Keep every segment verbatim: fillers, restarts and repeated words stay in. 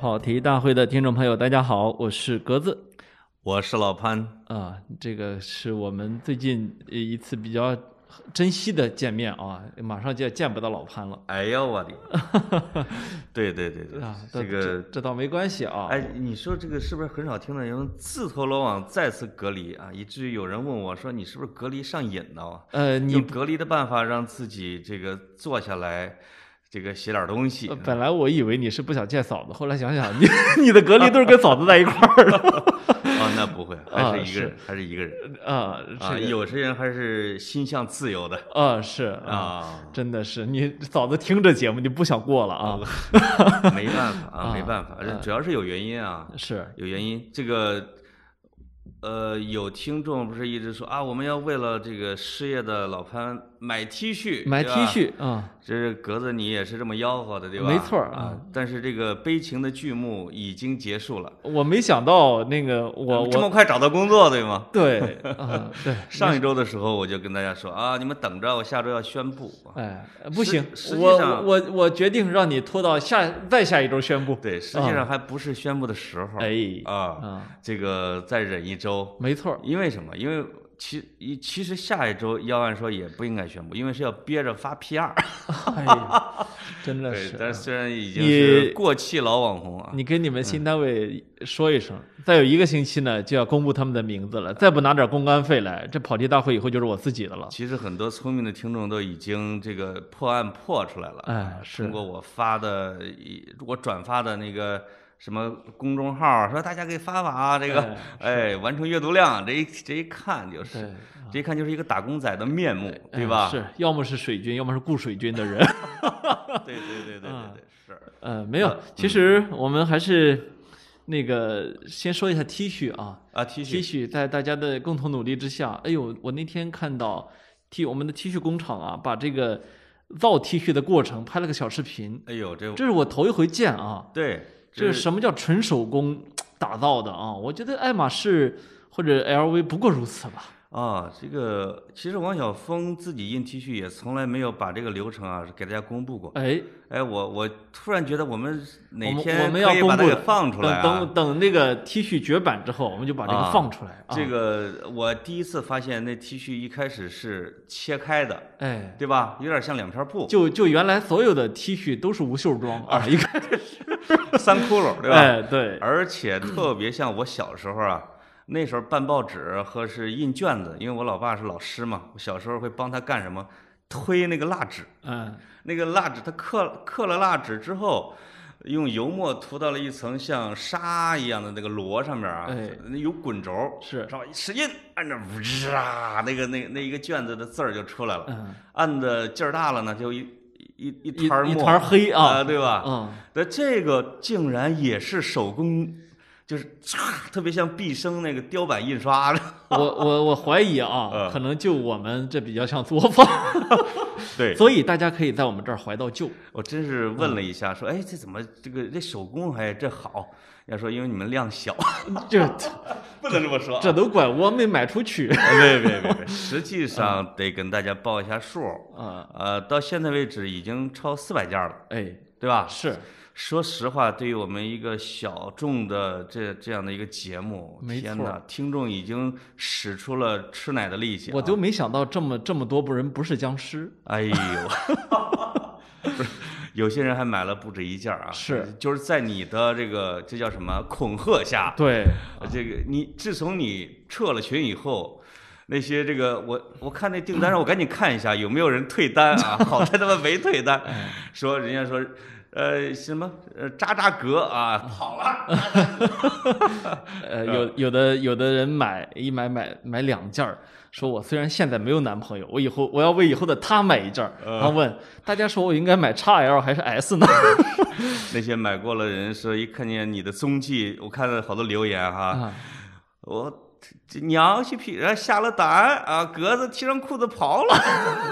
跑题大会的听众朋友，大家好，我是格子， 我是老潘啊。这个是我们最近一次比较珍惜的见面啊，马上就要见不到老潘了。 哎呦我的，对对对对， 啊， 这个 这, 这倒没关系啊。 哎，你说这个是不是很少听到有人自投罗网再次隔离啊？以至于有人问我说，你是不是隔离上瘾了啊？ 呃，你用隔离的办法让自己这个坐下来。这个写点东西， 本来我以为你是不想见嫂子，后来想想，你你的隔离都是跟嫂子在一块儿的。 哦，那不会，还是一个人， 啊、 还是一个人啊啊！有些人还是心向自由的啊，是啊，真的是你嫂子听着节目，你不想过了啊？ 没办法啊，没办法，这主要是有原因啊， 是有原因。这个呃，有听众不是一直说啊，我们要为了这个失业的老潘买 T 恤， 买 T 恤啊。 这是格子，你也是这么吆喝的，对吧？ 没错啊。但是这个悲情的剧目已经结束了。 我没想到那个我这么快找到工作，对吗？ 对，啊，对。 上一周的时候我就跟大家说啊，你们等着，我下周要宣布。 哎，不行， 实际上我我我决定让你拖到下再下一周宣布。 对，实际上还不是宣布的时候。 哎啊，这个再忍一周。 没错。 因为什么？因为。其其实下一周要按说也不应该宣布，因为是要憋着发 P R。 哎呀，真的是。 但虽然已经是过气老网红啊， 你跟你们新单位说一声，嗯、再有一个星期呢就要公布他们的名字了，再不拿点公关费来，这跑题大会以后就是我自己的了。 其实很多聪明的听众都已经这个破案破出来了， 哎，是通过我发的我转发的那个。什么公众号说大家给发发啊，这个哎完成阅读量，这一这一看就是，这一看就是一个打工仔的面目，对吧？ 是，要么是水军，要么是雇水军的人。 对对对对对对，是。 呃，没有，其实我们还是那个先说一下 T 恤啊啊 T 恤 T 恤，在大家的共同努力之下，哎呦，我那天看到 T 我们的 T 恤工厂啊，把这个造 T 恤的过程拍了个小视频。 哎呦，这这是我头一回见啊。 对。 这是什么叫纯手工打造的啊？我觉得爱马仕或者 L V 不过如此吧。 啊，这个其实王晓峰自己印 T 恤也从来没有把这个流程啊给大家公布过。 哎哎，我我突然觉得我们哪天我们要把它给放出来、啊、 等等等那个 T 恤绝版之后，我们就把这个放出来。 啊、这个我第一次发现那 T 恤一开始是切开的， 哎， 对吧？有点像两片布。 就就原来所有的 T 恤都是无袖装啊，一开始三窟窿，对吧？ 哎，对， 而且特别像我小时候啊。那时候办报纸和是印卷子，因为我老爸是老师嘛，我小时候会帮他干什么？推那个蜡纸， 嗯， 那个蜡纸他刻刻了蜡纸之后，用油墨涂到了一层像纱一样的那个螺上面啊， 哎， 有滚轴， 是， 然后一使劲按着，哇，那个那那一个卷子的字儿就出来了， 嗯， 按的劲儿大了呢，就一一一团墨，一团黑啊， 呃，对吧？ 嗯， 那这个竟然也是手工。就是唰，特别像毕生那个雕版印刷的。 我我我怀疑啊， 嗯、 可能就我们这比较像作坊。 对， 所以大家可以在我们这儿怀到旧。 我真是问了一下，说，哎，这怎么这个这手工还这好？要说因为你们量小， 这不能这么说， 这都怪我没卖出去。 别别别别，实际上得跟大家报一下数啊， 呃，到现在为止已经超四百件了， 哎， 对吧？ 是。 说实话，对于我们一个小众的这这样的一个节目，天哪，听众已经使出了吃奶的力气、啊。 我就没想到这么这么多人不是僵尸。 哎呦，不是，有些人还买了不止一件啊。 是， 就是在你的这个这叫什么恐吓下， 对， 这个你自从你撤了群以后。那些这个我我看那订单上，我赶紧看一下有没有人退单啊！好在他们没退单，说人家说。呃，什么呃，扎扎格啊，跑了。 呃，有有的有的人买一买买买两件儿，说我虽然现在没有男朋友，我以后我要为以后的他买一件儿。然后问大家说我应该买 X L 还是 S 呢？ 那些买过的人说，一看见你的踪迹，我看到好多留言哈，啊、我娘去皮下了单啊，格子提上裤子跑了。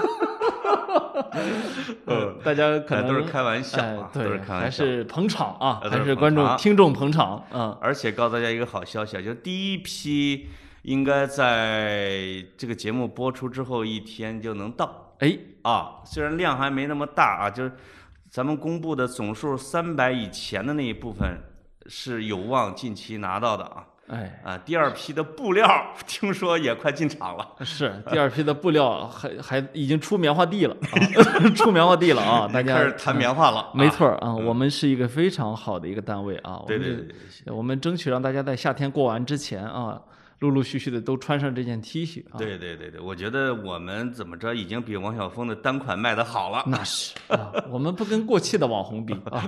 嗯，大家可能都是开玩笑啊， 对， 都是开玩笑， 还是捧场啊， 还是, 还是观众、听众捧场啊。 而且告诉大家一个好消息啊，就第一批应该在这个节目播出之后一天就能到。 哎啊，虽然量还没那么大啊，就是咱们公布的总数三百以前的那一部分是有望近期拿到的啊。 哎啊，第二批的布料听说也快进场了。 是第二批的布料还还已经出棉花地了，啊、出棉花地了啊！大家开始谈棉花了。 嗯、没错啊、 嗯， 我们是一个非常好的一个单位啊。 对对对对， 我们争取让大家在夏天过完之前啊，陆陆续续的都穿上这件 T 恤啊。 对对对对，我觉得我们怎么着已经比王晓峰的单款卖得好了。 那是啊，我们不跟过气的网红比啊。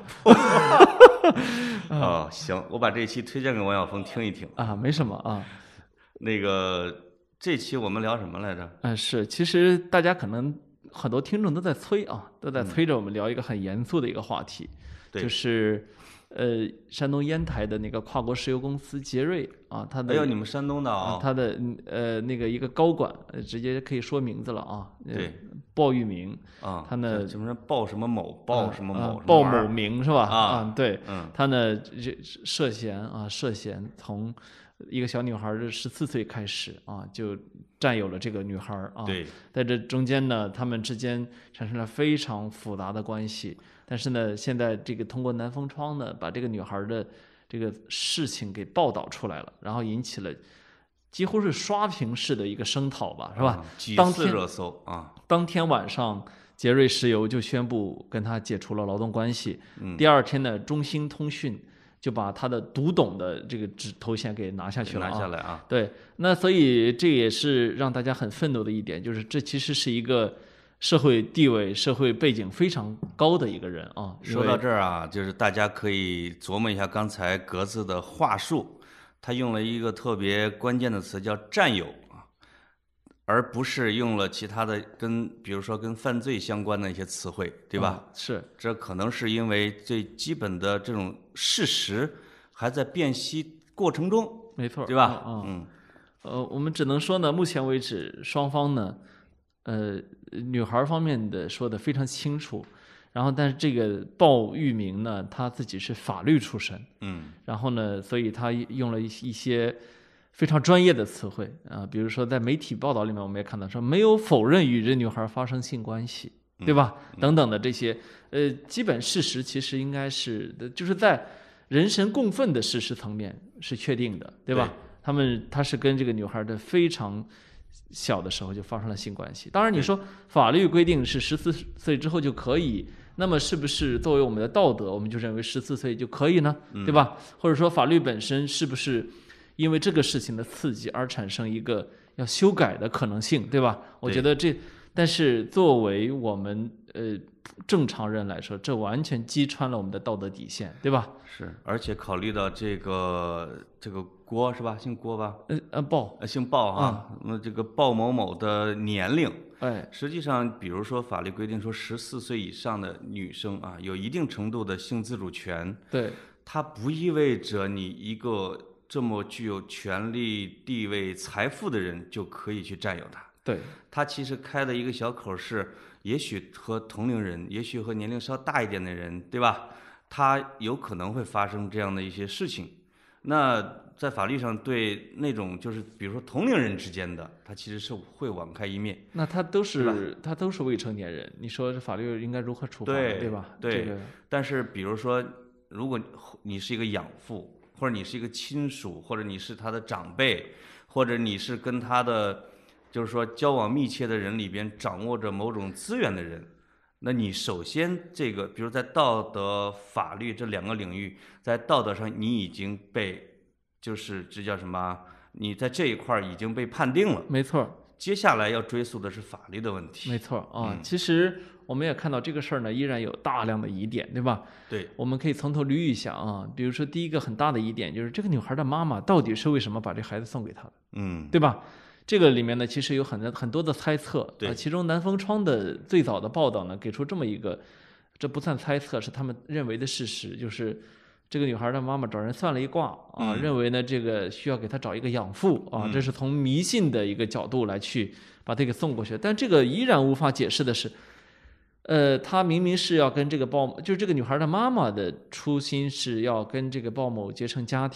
哦，行，我把这期推荐给王晓峰听一听啊，没什么啊。 那个这期我们聊什么来着？ 嗯、呃，是，其实大家可能很多听众都在催啊，都在催着我们聊一个很严肃的一个话题， 嗯、 就是呃，山东烟台的那个跨国石油公司杰瑞啊，他的哎呦，你们山东的啊，他的呃那个一个高管，呃，直接可以说名字了啊， 对， 鲍玉明啊， 他呢什么鲍什么某，鲍什么某， 啊、鲍某明是吧？ 啊， 对， 嗯， 他呢这涉嫌啊涉嫌从一个小女孩的十四岁开始啊，就占有了这个女孩啊， 对， 在这中间呢，他们之间产生了非常复杂的关系。但是呢，现在这个通过南风窗呢，把这个女孩的这个事情给报道出来了，然后引起了几乎是刷屏式的一个声讨吧，是吧？ 啊、几次热搜啊！ 当天晚上，杰瑞石油就宣布跟他解除了劳动关系。 嗯、 第二天呢，中兴通讯就把他的独董的这个职头衔给拿下去了、啊， 拿下来啊！ 对，那所以这也是让大家很愤怒的一点，就是这其实是一个社会地位、社会背景非常高的一个人啊。 说到这儿啊，就是大家可以琢磨一下刚才格子的话术，他用了一个特别关键的词叫“占有”啊，而不是用了其他的跟比如说跟犯罪相关的一些词汇，对吧？ 嗯、是， 这可能是因为最基本的这种事实还在辨析过程中， 没错， 对吧？ 嗯， 嗯呃，我们只能说呢，目前为止双方呢。呃，女孩方面的说的非常清楚，然后但是这个鲍玉明呢，他自己是法律出身， 嗯， 然后呢，所以他用了一一些非常专业的词汇啊，比如说在媒体报道里面，我们也看到说没有否认与这女孩发生性关系，对吧？ 嗯、 等等的这些，呃，基本事实其实应该是，就是在人神共愤的事实层面是确定的，对吧？ 对他们他是跟这个女孩的非常小的时候就发生了性关系。当然，你说法律规定是十四岁之后就可以，那么是不是作为我们的道德，我们就认为十四岁就可以呢？对吧？或者说法律本身是不是因为这个事情的刺激而产生一个要修改的可能性，对吧？我觉得这，但是作为我们呃正常人来说，这完全击穿了我们的道德底线，对吧？ 是，而且考虑到这个这个郭是吧？姓郭吧？ 呃呃，鲍， 呃，姓鲍哈。那、嗯、这个鲍某某的年龄， 哎， 实际上，比如说法律规定说十四岁以上的女生啊，有一定程度的性自主权。 对， 它不意味着你一个这么具有权力、地位、财富的人就可以去占有它。 对， 它其实开的一个小口是，也许和同龄人，也许和年龄稍大一点的人，对吧？他有可能会发生这样的一些事情。那在法律上对那种就是比如说同龄人之间的，他其实是会网开一面。 那他都是他都是未成年人，你说这法律应该如何处罚， 对对吧？ 对。 这个、 但是比如说，如果你是一个养父，或者你是一个亲属，或者你是他的长辈，或者你是跟他的就是说交往密切的人里边掌握着某种资源的人。那你首先这个，比如在道德、法律这两个领域，在道德上你已经被，就是这叫什么？你在这一块已经被判定了。 没错。 接下来要追溯的是法律的问题。 没错啊、 嗯， 其实我们也看到这个事儿呢，依然有大量的疑点，对吧？ 对， 我们可以从头捋一下啊。比如说，第一个很大的疑点就是这个女孩的妈妈到底是为什么把这孩子送给她的？ 嗯， 对吧？这个里面呢，其实有很多很多的猜测。 对、 呃，其中南风窗的最早的报道呢，给出这么一个，这不算猜测，是他们认为的事实，就是这个女孩的妈妈找人算了一卦啊， 嗯、 认为呢这个需要给她找一个养父啊， 嗯、 这是从迷信的一个角度来去把这个送过去。但这个依然无法解释的是，呃，她明明是要跟这个鲍，就是这个女孩的妈妈的初心是要跟这个鲍某结成家庭。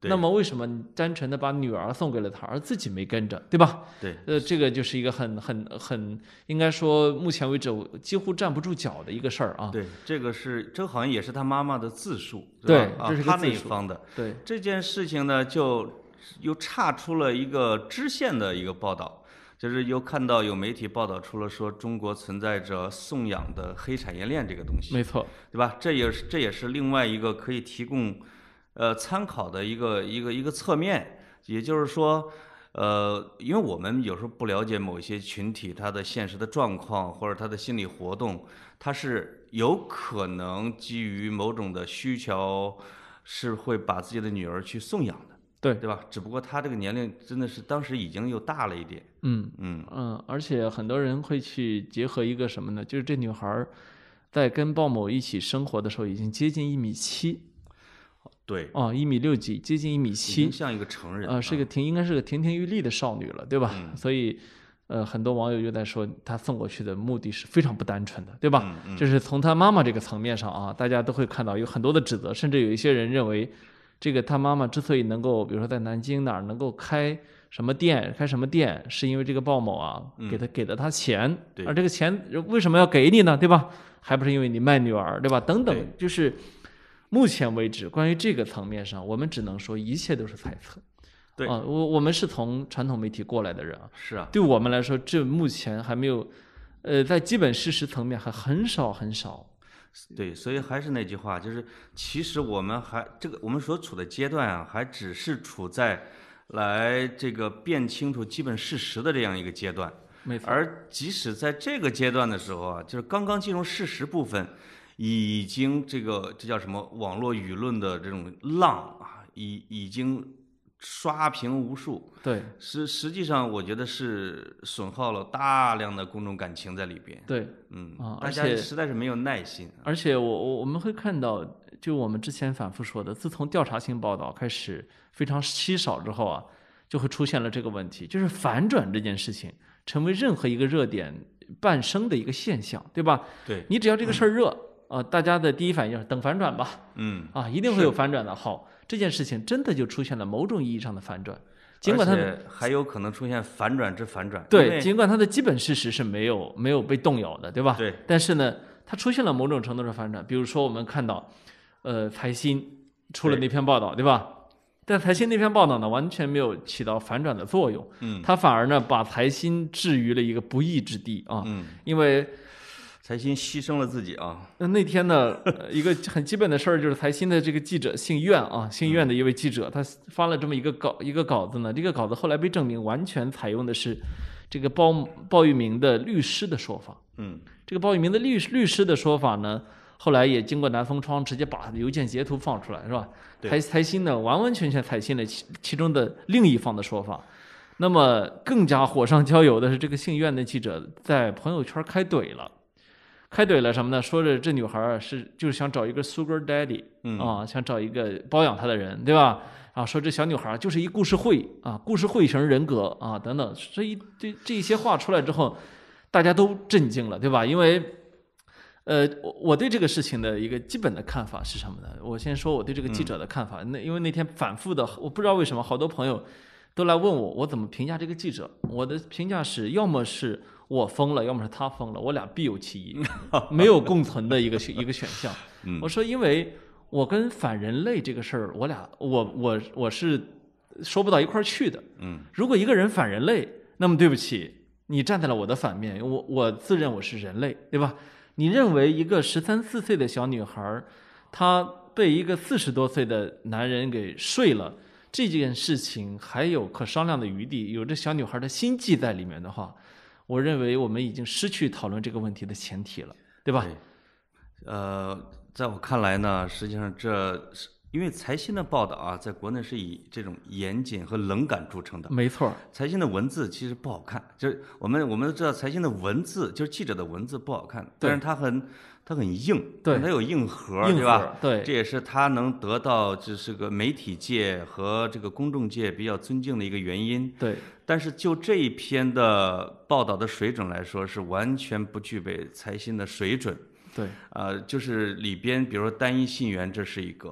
那么为什么你单纯的把女儿送给了他，而自己没跟着，对吧？ 对， 呃，这个就是一个很很很，应该说目前为止几乎站不住脚的一个事儿啊。 对，这个是这好像也是他妈妈的自述， 对， 吧？ 这是他那一自述方的。 对， 这件事情呢，就又岔出了一个支线的一个报道，就是又看到有媒体报道出了说中国存在着送养的黑产业链这个东西， 没错， 对吧？这也是这也是另外一个可以提供呃参考的一个一个一个侧面，也就是说。呃，因为我们有时候不了解某一些群体他的现实的状况或者他的心理活动，他是有可能基于某种的需求，是会把自己的女儿去送养的， 对对吧？只不过他这个年龄真的是当时已经又大了一点， 嗯嗯嗯，而且很多人会去结合一个什么呢？就是这女孩在跟鲍某一起生活的时候，已经接近一米七。 对， 哦，一米六几，接近一米七， 像一个成人， 呃，是个亭，应该是个亭亭玉立的少女了，对吧？ 嗯、 所以，呃，很多网友就在说，她送过去的目的是非常不单纯的，对吧？ 嗯嗯、 就是从她妈妈这个层面上啊，大家都会看到有很多的指责，甚至有一些人认为，这个她妈妈之所以能够，比如说在南京哪儿能够开什么店，开什么店，是因为这个鲍某啊，给他给了他钱， 嗯、 而这个钱为什么要给你呢？对吧？还不是因为你卖女儿，对吧？等等，就是。目前为止，关于这个层面上，我们只能说一切都是猜测。 对啊，我我们是从传统媒体过来的人啊， 是啊， 对我们来说，这目前还没有，呃，在基本事实层面还很少很少。 对，所以还是那句话，就是其实我们还这个我们所处的阶段啊，还只是处在来这个辨清楚基本事实的这样一个阶段。 没错。 而即使在这个阶段的时候啊，就是刚刚进入事实部分。已经这个这叫什么网络舆论的这种浪啊，已已经刷屏无数。 对， 实实际上我觉得是损耗了大量的公众感情在里边。 对， 嗯啊， 大家实在是没有耐心。 而且我我我们会看到，就我们之前反复说的，自从调查性报道开始非常稀少之后啊，就会出现了这个问题，就是反转这件事情成为任何一个热点伴生的一个现象，对吧？ 对， 你只要这个事儿热。嗯啊，大家的第一反应是等反转吧， 嗯， 啊，一定会有反转的。好，这件事情真的就出现了某种意义上的反转，尽管它还有可能出现反转之反转。 对，尽管它的基本事实是没有没有被动摇的，对吧？ 对。 但是呢，它出现了某种程度的反转，比如说我们看到，呃，财新出了那篇报道，对吧？但财新那篇报道呢，完全没有起到反转的作用， 嗯， 它反而呢把财新置于了一个不义之地啊， 嗯， 因为。 财新牺牲了自己啊！ 那那天呢，一个很基本的事儿就是财新的这个记者姓苑啊，姓苑的一位记者，他发了这么一个稿一个稿子呢。这个稿子后来被证明完全采用的是这个鲍鲍玉明的律师的说法。 嗯， 这个鲍玉明的律律师的说法呢，后来也经过南风窗直接把邮件截图放出来，是吧？财财新呢完完全全采信了其其中的另一方的说法。那么更加火上浇油的是，这个姓苑的记者在朋友圈开怼了。开怼了什么呢？说着这女孩是就是想找一个 sugar daddy， 嗯啊，想找一个包养她的人，对吧？啊，说这小女孩就是一故事会啊，故事会型人格啊，等等，这一这这一些话出来之后，大家都震惊了，对吧？因为，呃，我我对这个事情的一个基本的看法是什么呢？我先说我对这个记者的看法。那因为那天反复的，我不知道为什么好多朋友都来问我，我怎么评价这个记者？我的评价是，要么是。我疯了，要么是他疯了，我俩必有其一，没有共存的一个一个选项。我说，因为我跟反人类这个事儿，我俩我我我是说不到一块儿去的。如果一个人反人类，那么对不起，你站在了我的反面，我我自认我是人类，对吧？你认为一个十三四岁的小女孩，她被一个四十多岁的男人给睡了，这件事情还有可商量的余地，有这小女孩的心计在里面的话。我认为我们已经失去讨论这个问题的前提了，对吧？ 对，呃，在我看来呢，实际上这是因为财新的报道啊，在国内是以这种严谨和冷感著称的。 没错， 财新的文字其实不好看，就是我们我们都知道财新的文字，就是记者的文字不好看，但是它很它很硬， 对， 它有硬核， 硬核对吧？ 对， 这也是它能得到就是个媒体界和这个公众界比较尊敬的一个原因。 对。 但是就这一篇的报道的水准来说，是完全不具备财新的水准。 对， 呃，就是里边，比如说单一信源，这是一个；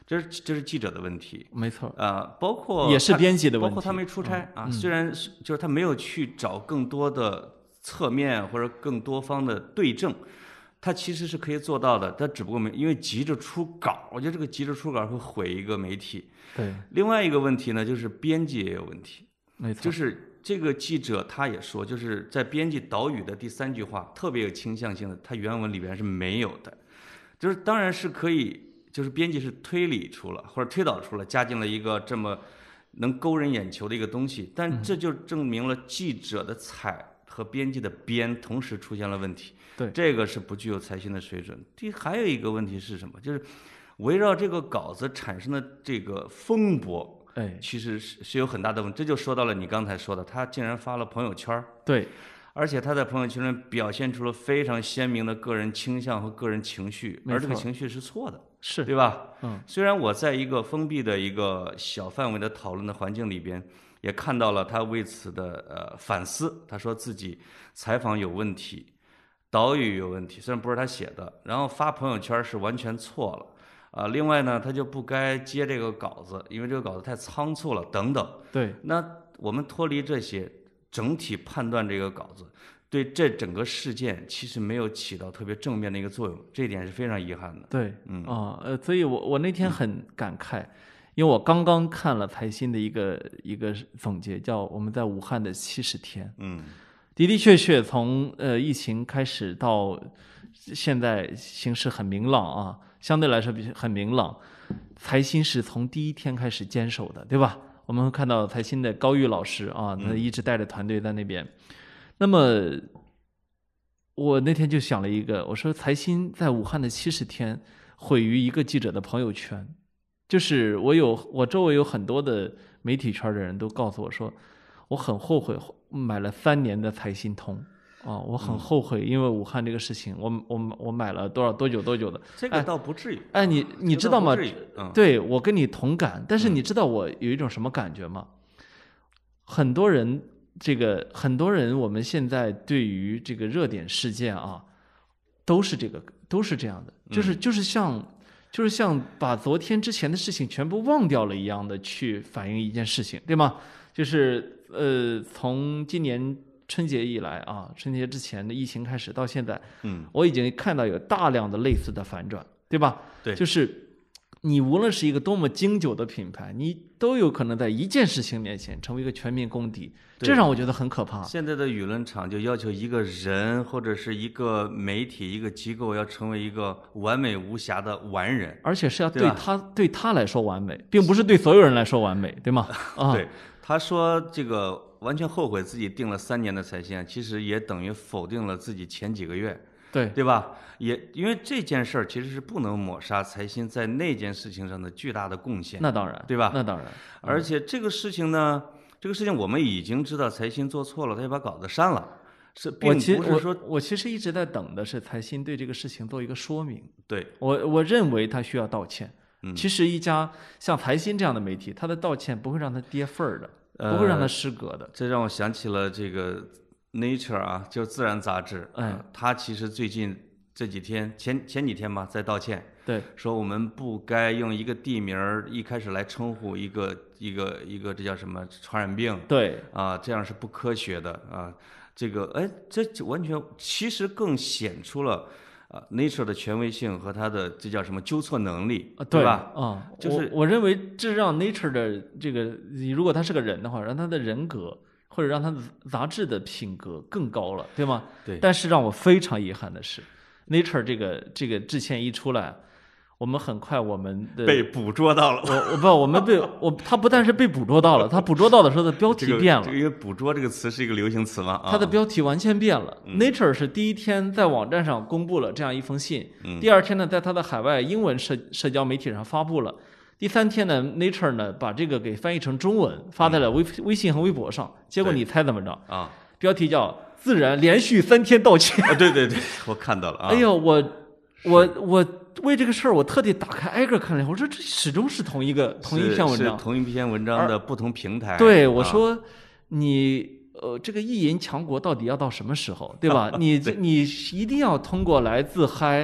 这是这是记者的问题， 没错， 啊、呃，包括也是编辑的问题， 包括他没出差、 嗯、 啊， 嗯、 虽然是就是他没有去找更多的侧面或者更多方的对证，他其实是可以做到的，他只不过没因为急着出稿，我觉得这个急着出稿会毁一个媒体。 对， 另外一个问题呢，就是编辑也有问题， 没错， 就是这个记者他也说，就是在编辑导语的第三句话特别有倾向性的，他原文里边是没有的，就是当然是可以。就是编辑是推理出了或者推导出了，加进了一个这么能勾人眼球的一个东西，但这就证明了记者的采和编辑的编同时出现了问题。 对， 这个是不具有财新的水准。第还有一个问题是什么？就是围绕这个稿子产生的这个风波， 哎， 其实是是有很大的问题。这就说到了你刚才说的，他竟然发了朋友圈。 对。 而且他在朋友圈中表现出了非常鲜明的个人倾向和个人情绪，而这个情绪是错的， 是对吧？ 嗯， 虽然我在一个封闭的一个小范围的讨论的环境里边，也看到了他为此的呃反思。他说自己采访有问题，导语有问题，虽然不是他写的，然后发朋友圈是完全错了啊、呃。另外呢，他就不该接这个稿子，因为这个稿子太仓促了，等等。 对， 那我们脱离这些。整体判断这个稿子，对这整个事件其实没有起到特别正面的一个作用，这一点是非常遗憾的。 对， 嗯啊，呃，所以我我那天很感慨，嗯、因为我刚刚看了财新的一个一个总结，叫我们在武汉的七十天。 嗯， 的的确确从呃疫情开始到现在形势很明朗啊，相对来说比很明朗，财新是从第一天开始坚守的，对吧？我们会看到财新的高玉老师啊，他一直带着团队在那边。嗯、那么，我那天就想了一个，我说财新在武汉的七十天毁于一个记者的朋友圈，就是我有我周围有很多的媒体圈的人都告诉我说，我很后悔买了三年的财新通。啊，我很后悔，因为武汉这个事情，我我我买了多少多久多久的？ 这个倒不至于。 哎，你你知道吗？ 嗯、 对，我跟你同感，但是你知道我有一种什么感觉吗？嗯、很多人，这个很多人，我们现在对于这个热点事件啊，都是这个，都是这样的，就是就是像就是像把昨天之前的事情全部忘掉了一样的去反映一件事情，对吗？就是呃，从今年春节以来啊，春节之前的疫情开始到现在， 嗯， 我已经看到有大量的类似的反转，对吧？ 对， 就是你无论是一个多么经久的品牌，你都有可能在一件事情面前成为一个全民公敌，这让我觉得很可怕。 现在的舆论场就要求一个人或者是一个媒体、一个机构要成为一个完美无瑕的完人， 而且是要对他对他来说完美，并不是对所有人来说完美，对吗？啊， 对，他说这个。完全后悔自己定了三年的财新，其实也等于否定了自己前几个月， 对对吧？也因为这件事儿其实是不能抹杀财新在那件事情上的巨大的贡献。 那当然， 对吧？ 那当然。 而且这个事情呢，这个事情我们已经知道财新做错了，他就把稿子删了。是，并不是说我我其实一直在等的是财新对这个事情做一个说明。 对， 我我认为他需要道歉。 嗯， 其实一家像财新这样的媒体，他的道歉不会让他跌份儿的。不会让它失格的、呃。 这让我想起了这个 Nature 啊，就是《自然》杂志。 哎、 呃，他其实最近这几天，前前几天吧，在道歉。 对， 说我们不该用一个地名一开始来称呼一个一个一个这叫什么传染病。 对， 啊，这样是不科学的啊。这个，哎，这完全其实更显出了。啊 ，Nature 的权威性和它的这叫什么纠错能力， 啊、 对吧？ 啊、嗯， 就是我我认为这让 Nature 的这个，如果他是个人的话，让他的人格或者让他的杂志的品格更高了，对吗？ 对。 但是让我非常遗憾的是 ，Nature 这个这个致歉一出来，我们很快我们的被捕捉到了。 我我不，我们被我他不但是被捕捉到了，他捕捉到的时候的标题变了。 这个因为捕捉这个词是一个流行词嘛，啊、 它的标题完全变了。 嗯、 Nature 是第一天在网站上公布了这样一封信， 嗯、 第二天呢，在它的海外英文社社交媒体上发布了，第三天呢 ，Nature 呢把这个给翻译成中文，发在了微、嗯、微信和微博上。结果你猜怎么着？ 啊， 标题叫“自然连续三天道歉”。 啊，对对对，我看到了啊。 哎呦，我我我。为这个事儿，我特地打开挨个看了一下，我说这始终是同一个同一篇文章， 是同一篇文章的不同平台。 对，我说你呃，这个意淫强国到底要到什么时候，对吧？你你一定要通过来自嗨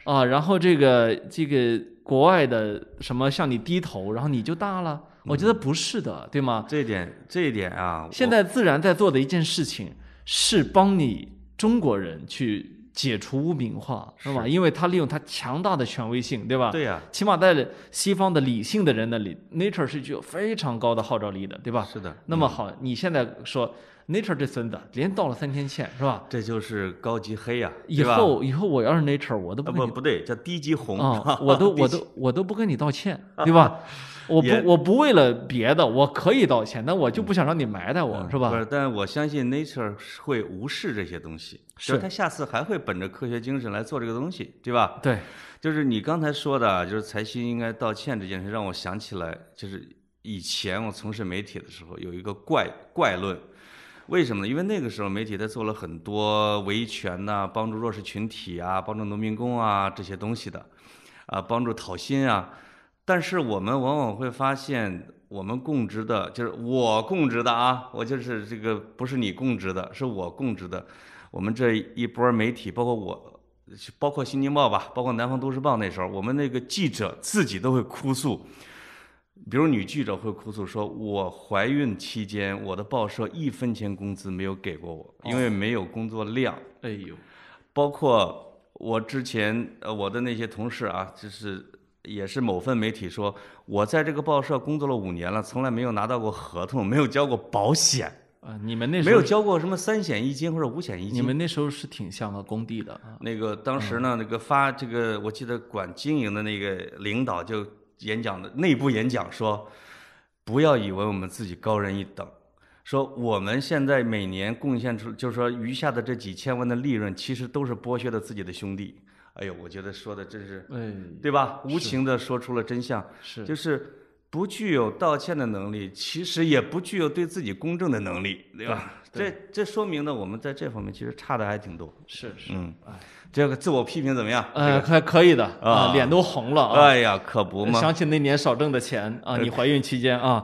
啊，然后这个这个国外的什么向你低头，然后你就大了。我觉得不是的，对吗？ 这一点这一点啊， 现在自然在做的一件事情是帮你中国人去解除污名化，是吧？因为他利用他强大的权威性，对吧？ 对呀， 起码在西方的理性的人那里 ，Nature 是具有非常高的号召力的，对吧？ 是的。 那么好，你现在说 Nature 这孙子连道了三天歉，是吧？ 这就是高级黑呀！ 以后以后我要是 Nature， 我都不不不对，叫低级红啊，我都我都我都不跟你道歉，对吧？我不我不为了别的，我可以道歉，但我就不想让你埋汰我，是吧？ 不是，但我相信 Nature 会无视这些东西， 是他下次还会本着科学精神来做这个东西，对吧？ 对， 就是你刚才说的，就是财新应该道歉这件事，让我想起来，就是以前我从事媒体的时候有一个怪怪论。为什么呢？因为那个时候媒体在做了很多维权呐、啊，帮助弱势群体啊，帮助农民工啊这些东西的，啊，帮助讨薪啊。但是我们往往会发现，我们供职的，就是我供职的啊，我就是这个不是你供职的，是我供职的。我们这一波媒体，包括我，包括《新京报》吧，包括《南方都市报》，那时候我们那个记者自己都会哭诉。比如女记者会哭诉说，我怀孕期间，我的报社一分钱工资没有给过我，因为没有工作量。 哎呦， 包括我之前呃我的那些同事啊，就是也是某份媒体说，我在这个报社工作了五年了，从来没有拿到过合同，没有交过保险啊。你们那时候没有交过什么三险一金或者五险一金。 你们那时候是挺像个工地的啊。 那个当时呢，那个发这个，我记得管经营的那个领导就。演讲的内部演讲说，不要以为我们自己高人一等，说我们现在每年贡献出，就是说余下的这几千万的利润，其实都是剥削了自己的兄弟。哎呦，我觉得说的真是， 哎， 对吧？无情的说出了真相， 是就是不具有道歉的能力，其实也不具有对自己公正的能力，对吧？ 对这这说明呢，我们在这方面其实差的还挺多。 是是， 嗯， 哎。 这个自我批评怎么样？ 呃，还可以的啊，脸都红了啊！ 哎呀，可不嘛！ 想起那年少挣的钱啊，你怀孕期间啊，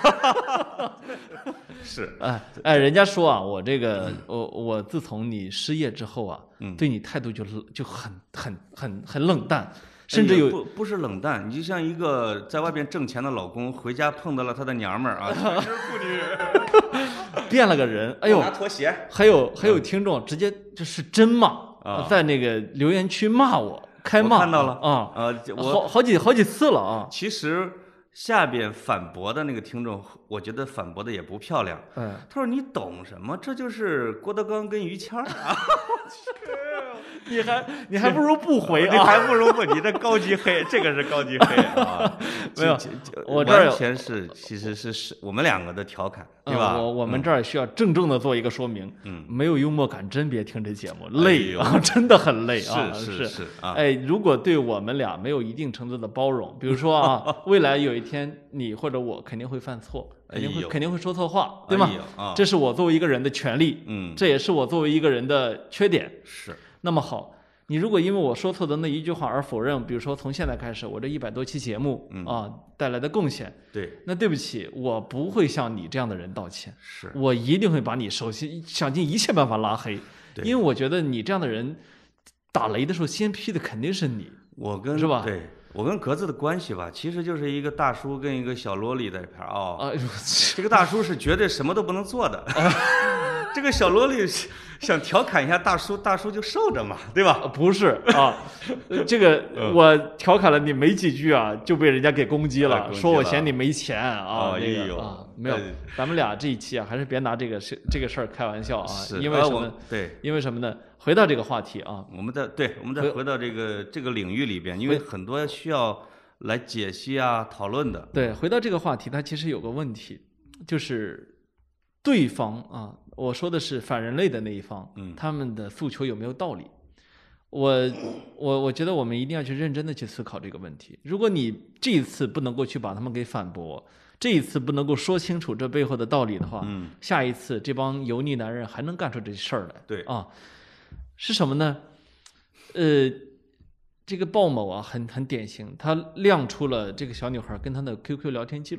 是哎哎，人家说啊，我这个我我自从你失业之后啊，对你态度就就很很很很冷淡，甚至有不不是冷淡，你就像一个在外边挣钱的老公，回家碰到了他的娘们儿啊，全是妇女， 变了个人。哎呦， 拿拖鞋。 还有还有听众直接就是真骂。啊，在那个留言区骂我，开骂， 我看到了啊， 呃，我好好几好几次了啊。 其实下边反驳的那个听众，我觉得反驳的也不漂亮。 嗯， 他说你懂什么？这就是郭德纲跟于谦儿啊。 你还你还不如不回啊， 你还不如不，你这高级黑，这个是高级黑啊。 没有，我这完全是其实是是我们两个的调侃，对吧？ 我我们这儿需要郑重的做一个说明， 嗯， 没有幽默感真别听这节目，累啊，真的很累啊。 是是是啊， 哎，如果对我们俩没有一定程度的包容，比如说啊，未来有一天你或者我肯定会犯错，肯定会肯定会说错话，对吗？这是我作为一个人的权利， 嗯， 这也是我作为一个人的缺点。 是。 那么好，你如果因为我说错的那一句话而否认，比如说从现在开始我这一百多期节目、 嗯、 啊带来的贡献， 对， 那对不起，我不会向你这样的人道歉， 是我一定会把你首先想尽一切办法拉黑，因为我觉得你这样的人打雷的时候先批的肯定是你， 我跟是吧？ 对。我跟格子的关系吧，其实就是一个大叔跟一个小萝莉在一块儿啊。 啊， 这个大叔是绝对什么都不能做的，这个小萝莉想调侃一下大叔，大叔就受着嘛，对吧？ 不是啊，这个我调侃了你没几句啊，就被人家给攻击了，说我嫌你没钱啊。那个啊，没有，咱们俩这一期啊，还是别拿这个事这个事儿开玩笑啊，因为什么？ 对， 因为什么呢？回到这个话题啊， 我们再对，我们再回到这个这个领域里边，因为很多需要来解析啊、讨论的。 对，回到这个话题，它其实有个问题，就是对方啊，我说的是反人类的那一方， 嗯， 他们的诉求有没有道理？我我我觉得我们一定要去认真的去思考这个问题。如果你这一次不能够去把他们给反驳，这一次不能够说清楚这背后的道理的话， 嗯， 下一次这帮油腻男人还能干出这事儿来。 对啊。是什么呢？呃，这个鲍某啊，很很典型，他亮出了这个小女孩跟他的 Q Q 聊天记录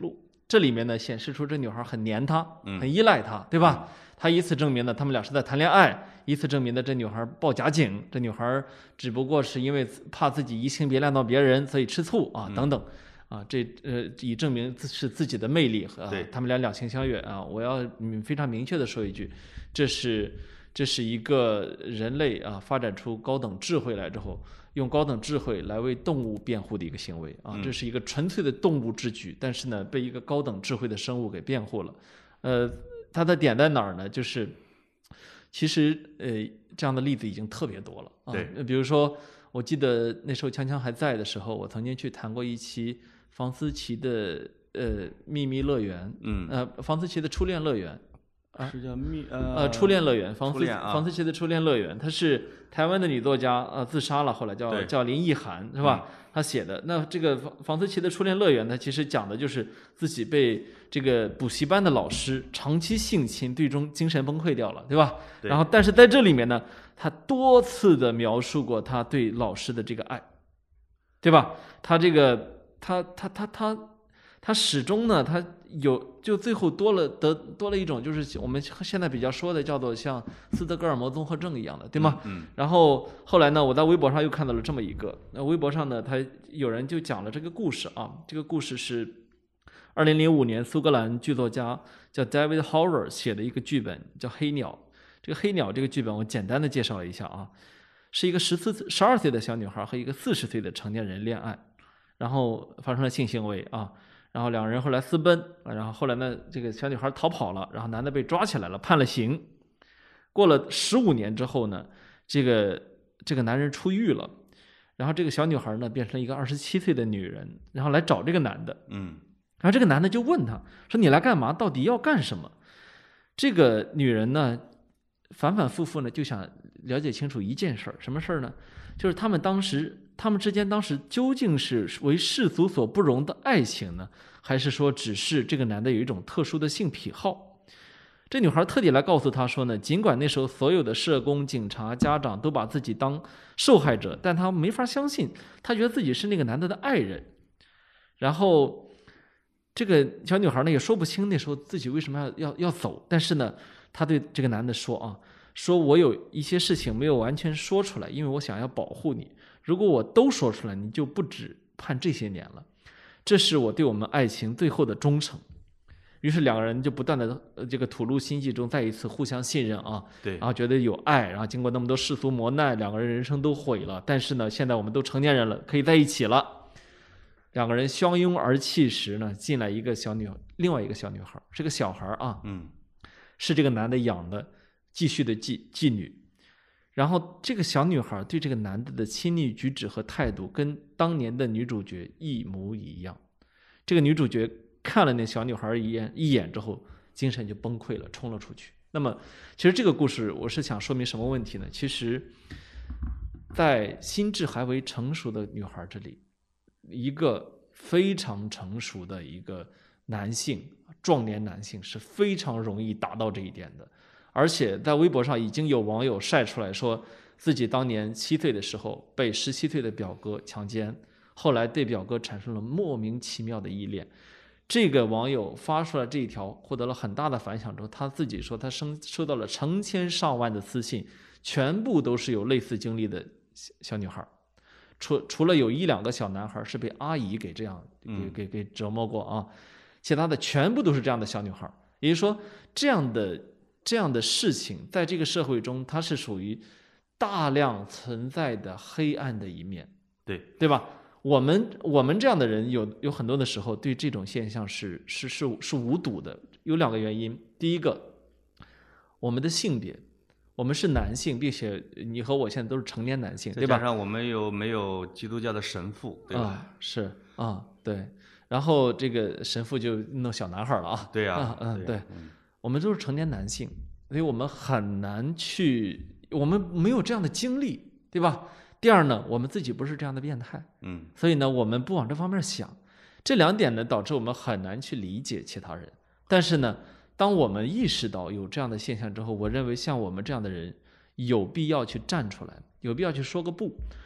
这里面呢显示出这女孩很黏他， 嗯很依赖他，对吧？他以此证明呢，他们俩是在谈恋爱，以此证明呢，这女孩报假警，这女孩只不过是因为怕自己移情别恋到别人，所以吃醋啊，等等。啊，这呃，以证明自是自己的魅力和、啊、他们俩两情相悦啊！我要嗯非常明确的说一句，这是这是一个人类啊发展出高等智慧来之后，用高等智慧来为动物辩护的一个行为啊！这是一个纯粹的动物之举，但是呢，被一个高等智慧的生物给辩护了。呃，它的点在哪儿呢？就是其实呃这样的例子已经特别多了啊！ 对， 比如说，我记得那时候锵锵还在的时候，我曾经去谈过一期。房思琪的呃秘密乐园， 嗯， 呃，房思琪的初恋乐园，啊， 是叫秘呃呃初恋乐园，房思、 啊、 房思琪的初恋乐园，她是台湾的女作家，呃，自杀了，后来叫叫林奕涵，是吧？她、嗯、写的。那这个房房思琪的初恋乐园，它其实讲的就是自己被这个补习班的老师长期性侵，最终精神崩溃掉了，对吧？ 对。 然后，但是在这里面呢，她多次的描述过她对老师的这个爱，对吧？她这个。他他他他他始终呢，他有就最后多了得多了一种，就是我们现在比较说的叫做像斯德哥尔摩综合症一样的，对吗？ 嗯。嗯然后后来呢，我在微博上又看到了这么一个，那微博上呢，他有人就讲了这个故事啊，这个故事是二零零五年苏格兰剧作家叫 David Howard 写的一个剧本，叫《黑鸟》。这个《黑鸟》这个剧本我简单的介绍一下啊，是一个十四十二岁的小女孩和一个四十岁的成年人恋爱。然后发生了性行为啊，然后两个人后来私奔，然后后来呢，这个小女孩逃跑了，然后男的被抓起来了，判了刑。过了十五年之后呢，这个这个男人出狱了，然后这个小女孩呢变成一个二十七岁的女人，然后来找这个男的， 嗯， 然后这个男的就问她说：“你来干嘛？到底要干什么？”这个女人呢，反反复复呢就想了解清楚一件事儿，什么事儿呢？就是他们当时。他们之间当时究竟是为世俗所不容的爱情呢，还是说只是这个男的有一种特殊的性癖好？这女孩特地来告诉他说呢，尽管那时候所有的社工、警察、家长都把自己当受害者，但她没法相信，她觉得自己是那个男的的爱人。然后这个小女孩呢也说不清那时候自己为什么要要要走，但是呢，她对这个男的说啊，说我有一些事情没有完全说出来，因为我想要保护你。如果我都说出来，你就不止判这些年了。这是我对我们爱情最后的忠诚。于是两个人就不断的这个吐露心迹中再一次互相信任啊， 对， 然后觉得有爱，然后经过那么多世俗磨难，两个人人生都毁了，但是呢，现在我们都成年人了，可以在一起了。两个人相拥而泣时呢，进来一个小女，另外一个小女孩，是个小孩啊， 嗯， 是这个男的养的继续的妓妓女。然后这个小女孩对这个男的的亲密举止和态度跟当年的女主角一模一样。这个女主角看了那小女孩一眼一眼之后，精神就崩溃了，冲了出去。那么其实这个故事我是想说明什么问题呢？其实在心智还未成熟的女孩这里，一个非常成熟的一个男性，壮年男性是非常容易达到这一点的。而且在微博上已经有网友晒出来说，自己当年七岁的时候被十七岁的表哥强奸，后来对表哥产生了莫名其妙的依恋。这个网友发出来这一条，获得了很大的反响之后，他自己说他收收到了成千上万的私信，全部都是有类似经历的小女孩，除除了有一两个小男孩是被阿姨给这样给给给折磨过啊，其他的全部都是这样的小女孩。也就是说，这样的。这样的事情在这个社会中，它是属于大量存在的黑暗的一面， 对对吧？我们我们这样的人有有很多的时候对这种现象是是是是无睹的，有两个原因。第一个，我们的性别，我们是男性，并且你和我现在都是成年男性，对吧？ 再加上我们有没有基督教的神父，对吧？ 啊，是啊，对。然后这个神父就弄小男孩了啊， 对呀、 啊，嗯，对。 嗯我们都是成年男性，所以我们很难去，我们没有这样的经历，对吧？第二呢，我们自己不是这样的变态， 嗯， 所以呢，我们不往这方面想。这两点呢，导致我们很难去理解其他人。但是呢，当我们意识到有这样的现象之后，我认为像我们这样的人有必要去站出来，有必要去说个不。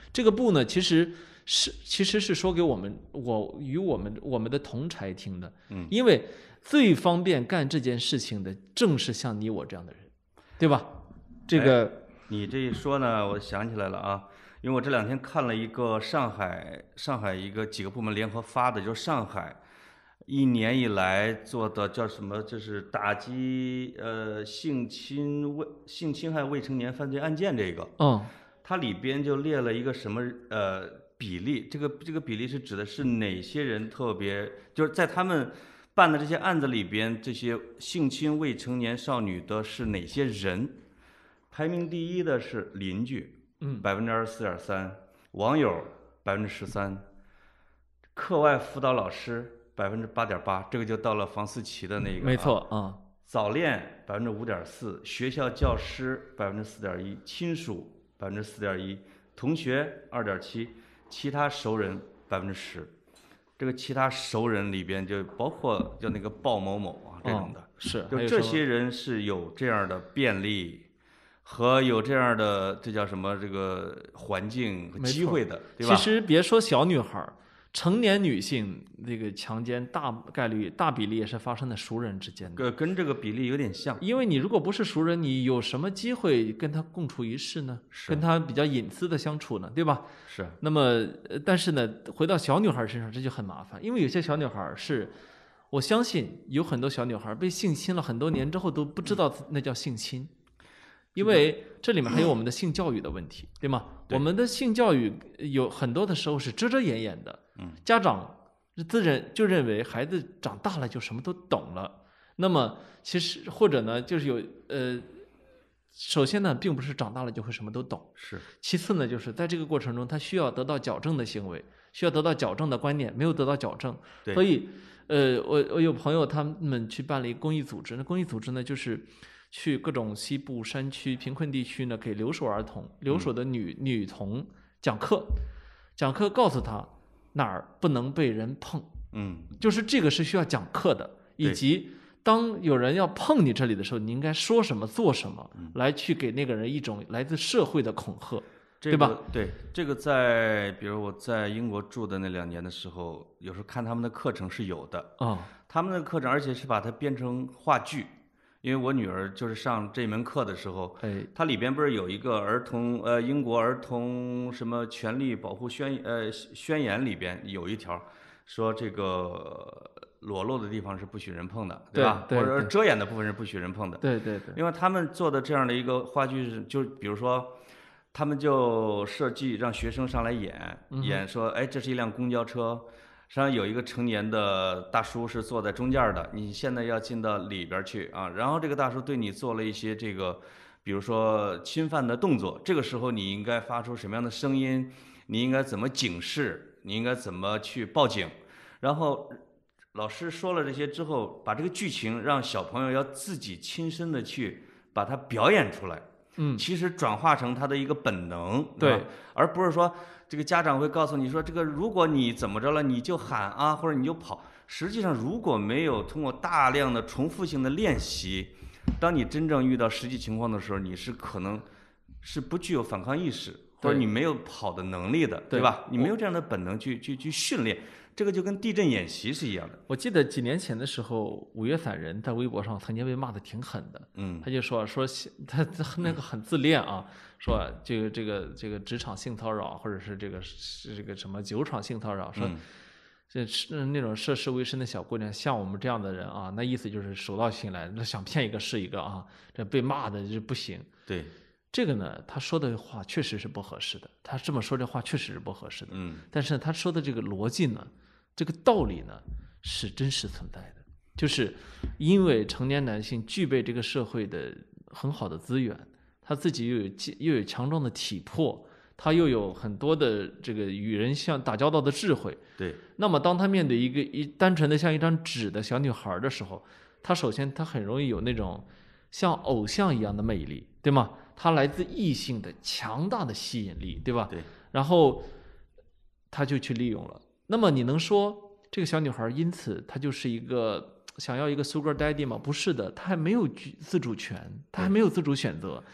这个不呢，其实是其实是说给我们我与我们我们的同柴听的， 嗯， 因为最方便干这件事情的，正是像你我这样的人，对吧？这个、哎、 你这一说呢，我想起来了啊，因为我这两天看了一个上海上海一个几个部门联合发的，就是上海一年以来做的叫什么，就是打击呃性侵未性侵害未成年犯罪案件这个， 嗯， 它里边就列了一个什么呃比例，这个这个比例是指的是哪些人特别，就是在他们办的这些案子里边，这些性侵未成年少女的是哪些人？排名第一的是邻居， 嗯， 百分之二十四点三，网友百分之十三，课外辅导老师百分之八点八，这个就到了房思琪的那个， 没错啊、 嗯。早恋百分之五点四，学校教师百分之四点一，亲属百分之四点一，同学二点七，其他熟人百分之十。这个其他熟人里边就包括就那个鲍某某啊这种的， 哦、是就这些人是有这样的便利和有这样的这叫什么这个环境和机会的，对吧？ 其实别说小女孩，成年女性这个强奸大概率大比例也是发生在熟人之间的， 跟跟这个比例有点像。 因为你如果不是熟人，你有什么机会跟他共处一室呢？跟他比较隐私的相处呢，对吧？ 是。 那么，但是呢，回到小女孩身上，这就很麻烦，因为有些小女孩是，我相信有很多小女孩被性侵了很多年之后都不知道那叫性侵。因为这里面还有我们的性教育的问题，对吗？ 对， 我们的性教育有很多的时候是遮遮掩掩的， 嗯， 家长自认就认为孩子长大了就什么都懂了，那么其实或者呢，就是有呃，首先呢，并不是长大了就会什么都懂， 是。 其次呢，就是在这个过程中，他需要得到矫正的行为，需要得到矫正的观念，没有得到矫正，所以呃，我我有朋友他们去办了一个公益组织，那公益组织呢就是去各种西部山区贫困地区呢，给留守儿童、留守的女、嗯、女童讲课，讲课告诉他哪儿不能被人碰， 嗯， 就是这个是需要讲课的，以及当有人要碰你这里的时候，你应该说什么、做什么， 嗯、 来去给那个人一种来自社会的恐吓， 这个、 对吧？ 对，这个在比如我在英国住的那两年的时候，有时候看他们的课程是有的啊、哦， 他们的课程而且是把它编成话剧。因为我女儿就是上这门课的时候， 哎， 它里边不是有一个儿童呃英国儿童什么权利保护宣呃宣言里边有一条，说这个裸露的地方是不许人碰的，对吧？ 对对对， 或者遮掩的部分是不许人碰的。 对对对。 因为他们做的这样的一个话剧是，就比如说，他们就设计让学生上来演， 嗯、 演说，哎，这是一辆公交车。上有一个成年的大叔是坐在中间的，你现在要进到里边去啊，然后这个大叔对你做了一些这个，比如说侵犯的动作，这个时候你应该发出什么样的声音，你应该怎么警示，你应该怎么去报警，然后老师说了这些之后，把这个剧情让小朋友要自己亲身的去把它表演出来， 嗯， 其实转化成他的一个本能， 对， 而不是说。这个家长会告诉你说，这个如果你怎么着了，你就喊啊，或者你就跑。实际上，如果没有通过大量的重复性的练习，当你真正遇到实际情况的时候，你是可能是不具有反抗意识，或者你没有跑的能力的， 对, 对吧？你没有这样的本能去去去训练，这个就跟地震演习是一样的。 我记得几年前的时候，五月散人在微博上曾经被骂得挺狠的， 嗯， 他就说说他他那个很自恋啊。说这个这个这个职场性骚扰，或者是这个是这个什么酒场性骚扰，说这是那种涉世未深的小姑娘，像我们这样的人啊，那意思就是手到擒来，那想骗一个是一个啊，这被骂的就不行。 对， 这个呢，他说的话确实是不合适的，他这么说这话确实是不合适的。 嗯， 但是他说的这个逻辑呢，这个道理呢，是真实存在的，就是因为成年男性具备这个社会的很好的资源。他自己又有又有强壮的体魄，他又有很多的这个与人相打交道的智慧。 对。 那么当他面对一个一单纯的像一张纸的小女孩的时候，他首先他很容易有那种像偶像一样的魅力，对吗？他来自异性的强大的吸引力，对吧？ 对。 然后他就去利用了。那么你能说这个小女孩因此她就是一个想要一个 Sugar Daddy 吗？不是的，她还没有自主权，她还没有自主选择。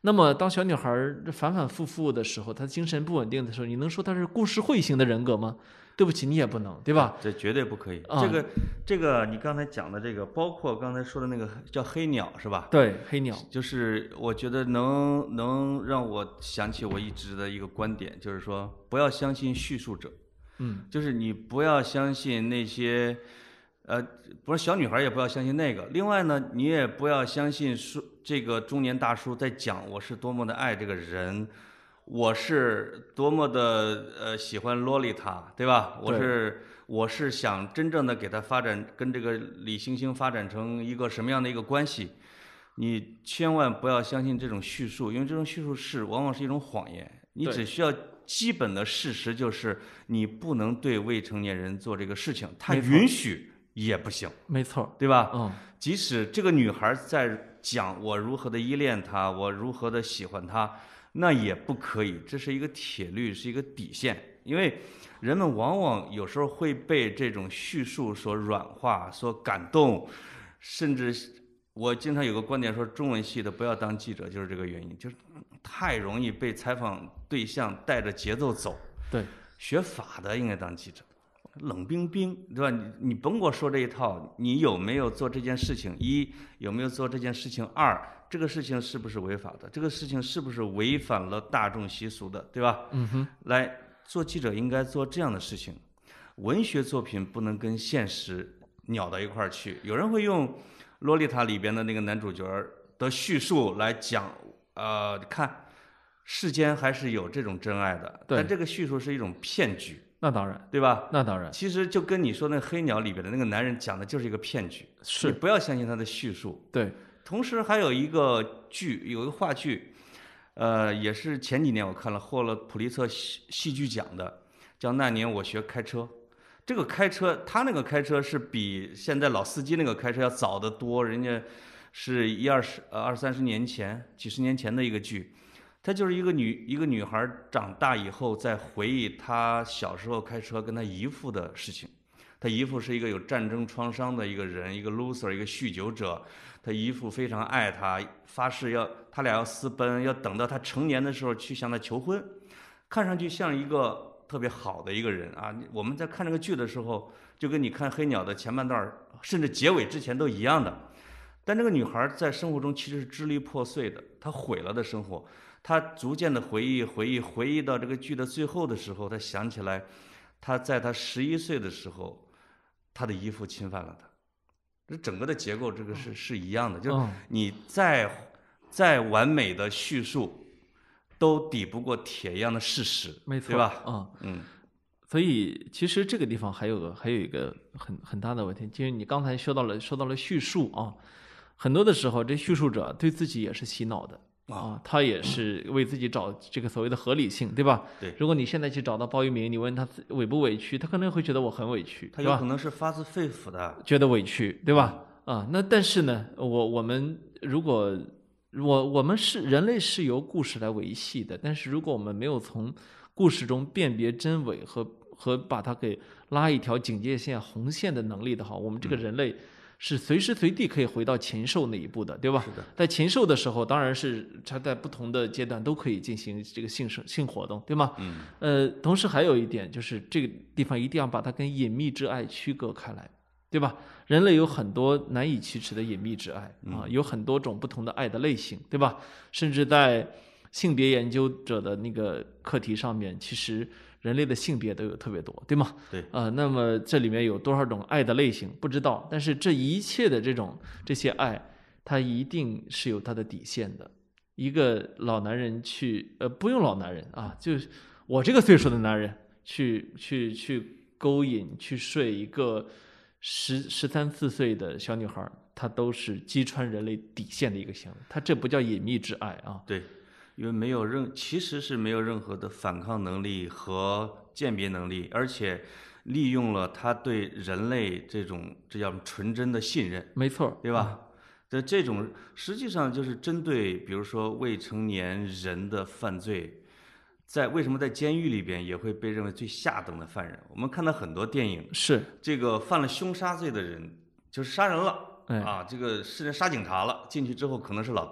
那么当小女孩反反复复的时候，她精神不稳定的时候，你能说她是故事会型的人格吗？对不起，你也不能，对吧？ 这绝对不可以。 啊、 这个这个，你刚才讲的这个，包括刚才说的那个叫黑鸟是吧？ 对，黑鸟就是我觉得能能让我想起我一直的一个观点，就是说不要相信叙述者。 嗯， 就是你不要相信那些，呃，不是小女孩也不要相信那个。另外呢，你也不要相信说这个中年大叔在讲我是多么的爱这个人。我是多么的呃喜欢洛丽塔，对吧？我是我是想真正的给他发展，跟这个李星星发展成一个什么样的一个关系？你千万不要相信这种叙述，因为这种叙述是往往是一种谎言。你只需要基本的事实，就是你不能对未成年人做这个事情，他允许也不行， 没错， 对吧？ 嗯， 即使这个女孩在讲我如何的依恋他，我如何的喜欢他。那也不可以，这是一个铁律，是一个底线。因为人们往往有时候会被这种叙述所软化、所感动，甚至我经常有个观点说，中文系的不要当记者，就是这个原因，就是太容易被采访对象带着节奏走。 对， 学法的应该当记者，冷冰冰，对吧？你你甭给我说这一套，你有没有做这件事情？一有没有做这件事情？二这个事情是不是违法的？这个事情是不是违反了大众习俗的，对吧？ 嗯哼， 来做记者应该做这样的事情，文学作品不能跟现实扭到一块儿去。有人会用《洛丽塔》里边的那个男主角的叙述来讲，呃，看世间还是有这种真爱的，但这个叙述是一种骗局。 那当然， 对吧？ 那当然， 其实就跟你说那《黑鸟》里边的那个男人讲的就是一个骗局， 是你不要相信他的叙述。 对。 同时还有一个剧，有一个话剧，呃，也是前几年我看了，获了普利策戏戏剧奖的，叫《那年我学开车》。这个开车，他那个开车是比现在老司机那个开车要早得多，人家是一二十呃二三十年前、几十年前的一个剧。她就是一个女一个女孩长大以后在回忆她小时候开车跟她姨父的事情。她姨父是一个有战争创伤的一个人，一个 loser， 一个酗酒者。他姨父非常爱他，发誓要他俩要私奔，要等到他成年的时候去向他求婚，看上去像一个特别好的一个人啊。我们在看这个剧的时候，就跟你看《黑鸟》的前半段甚至结尾之前都一样的。但这个女孩在生活中其实是支离破碎的，她毁了的生活，她逐渐的回忆回忆回忆到这个剧的最后的时候，她想起来，她在她十一岁的时候，她的姨父侵犯了她。这整个的结构，这个是是一样的，就是你再再完美的叙述，都抵不过铁一样的事实， 没错， 对吧？ 嗯嗯。 所以其实这个地方还有个还有一个很很大的问题，就是你刚才说到了说到了叙述啊，很多的时候这叙述者对自己也是洗脑的。啊，他也是为自己找这个所谓的合理性，对吧？ 对。 如果你现在去找到鲍玉明，你问他委不委屈，他可能会觉得我很委屈， 他有可能是发自肺腑的觉得委屈，对吧？啊，那但是呢，我我们如果我我们是人类是由故事来维系的，但是如果我们没有从故事中辨别真伪和和把它给拉一条警戒线、红线的能力的话，我们这个人类是随时随地可以回到禽兽那一步的，对吧？ 是的。 在禽兽的时候，当然是它在不同的阶段都可以进行这个性生性活动，对吗？ 嗯。 呃，同时还有一点就是这个地方一定要把它跟隐秘之爱区隔开来，对吧？人类有很多难以启齿的隐秘之爱啊，有很多种不同的爱的类型，对吧？甚至在性别研究者的那个课题上面，其实人类的性别都有特别多，对吗？ 对。 啊、呃，那么这里面有多少种爱的类型不知道，但是这一切的这种这些爱，它一定是有它的底线的。一个老男人去，呃，不用老男人啊，就是我这个岁数的男人去去去勾引去睡一个十十三四岁的小女孩，它都是击穿人类底线的一个行为，它这不叫隐秘之爱啊。 对。因为没有任，其实是没有任何的反抗能力和鉴别能力，而且利用了他对人类这种这叫纯真的信任， 没错， 对吧？这、嗯、这种实际上就是针对，比如说未成年人的犯罪，在为什么在监狱里边也会被认为最下等的犯人？我们看到很多电影， 是这个犯了凶杀罪的人，就是杀人了、 哎、 啊，这个是杀警察了，进去之后可能是老大。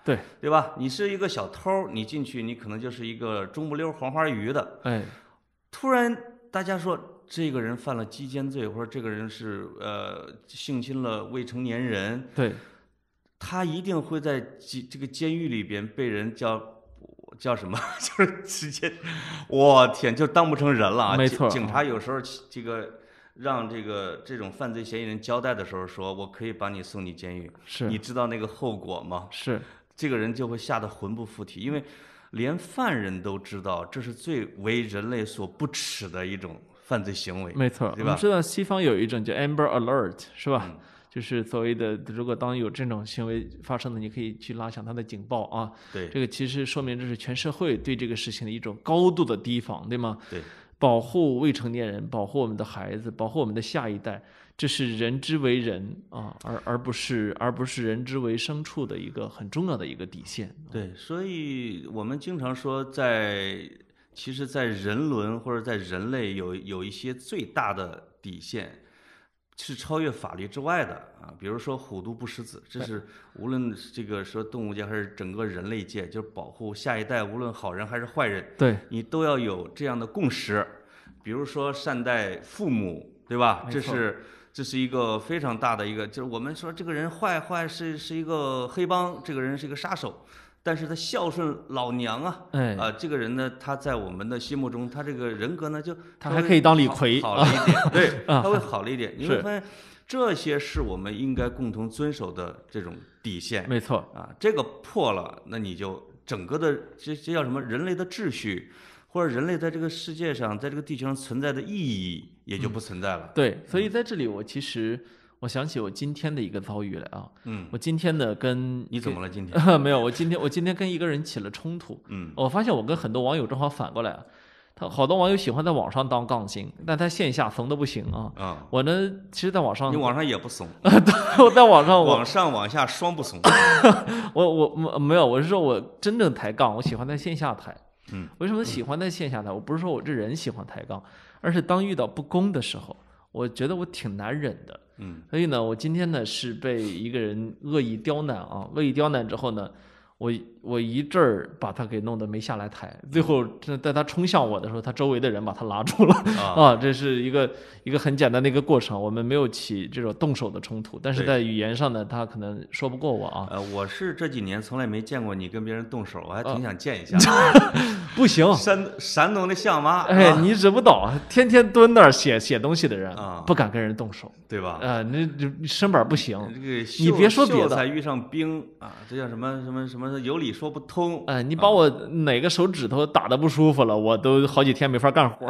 对对吧？你是一个小偷，你进去你可能就是一个中不溜黄花鱼的， 哎， 突然大家说这个人犯了鸡奸罪，或者这个人是呃性侵了未成年人， 对， 他一定会在这个监狱里边被人叫。叫什么？就是直接，我天，就当不成人了啊！ 没错， 警察有时候这个让这个这种犯罪嫌疑人交代的时候说，我可以把你送进监狱， 是， 你知道那个后果吗？ 是， 这个人就会吓得魂不附体，因为连犯人都知道这是最为人类所不耻的一种犯罪行为。 没错， 对吧？ 我们知道西方有一种叫 Amber Alert， 是吧？ 嗯， 就是所谓的，如果当有这种行为发生的，你可以去拉响它的警报啊。 对， 这个其实说明这是全社会对这个事情的一种高度的提防，对吗？ 对， 保护未成年人，保护我们的孩子，保护我们的下一代，这是人之为人啊，而而不是而不是人之为牲畜的一个很重要的一个底线。 对，所以我们经常说在，其实，在人伦或者在人类有有一些最大的底线。是超越法律之外的啊，比如说虎毒不食子，这是无论这个说动物界还是整个人类界，就是保护下一代，无论好人还是坏人， 对， 你都要有这样的共识。比如说善待父母，对吧？这是这是一个非常大的一个，就是我们说这个人坏坏是是一个黑帮，这个人是一个杀手。但是他孝顺老娘啊， 哎， 啊、呃，这个人呢，他在我们的心目中，他这个人格呢，就他还可以当李逵， 好了一点，对，他会好了一点。你会发现，这些是我们应该共同遵守的这种底线。 没错啊，这个破了，那你就整个的这这叫什么？人类的秩序，或者人类在这个世界上，在这个地球上存在的意义也就不存在了。 嗯、对，所以在这里，我其实。我想起我今天的一个遭遇来啊， 嗯， 我今天呢跟你怎么了今天？ 没有，我今天我今天跟一个人起了冲突， 嗯， 我发现我跟很多网友正好反过来啊，他好多网友喜欢在网上当杠精，但他线下怂的不行啊， 啊、嗯， 我呢其实在网上， 你网上也不怂， 我在网上往上往下双不怂， 我我没有，我是说我真正抬杠，我喜欢在线下抬， 嗯， 为什么喜欢在线下抬？我不是说我这人喜欢抬杠，而是当遇到不公的时候。我觉得我挺难忍的， 嗯， 所以呢，我今天呢是被一个人恶意刁难啊，恶意刁难之后呢，我我一阵儿把他给弄得没下来台，最后在他冲向我的时候，他周围的人把他拉住了啊，这是一个一个很简单的一个过程，我们没有起这种动手的冲突，但是在语言上呢，他可能说不过我啊。 呃，我是这几年从来没见过你跟别人动手，我还挺想见一下。 不行， 山山东的相妈， 哎，你知不道，天天蹲那儿写写东西的人啊， 不敢跟人动手， 对吧？ 啊，你你身板不行， 这个你别说别的， 才遇上兵啊，这叫什么什么什么有理说不通。 哎，你把我哪个手指头打得不舒服了，我都好几天没法干活。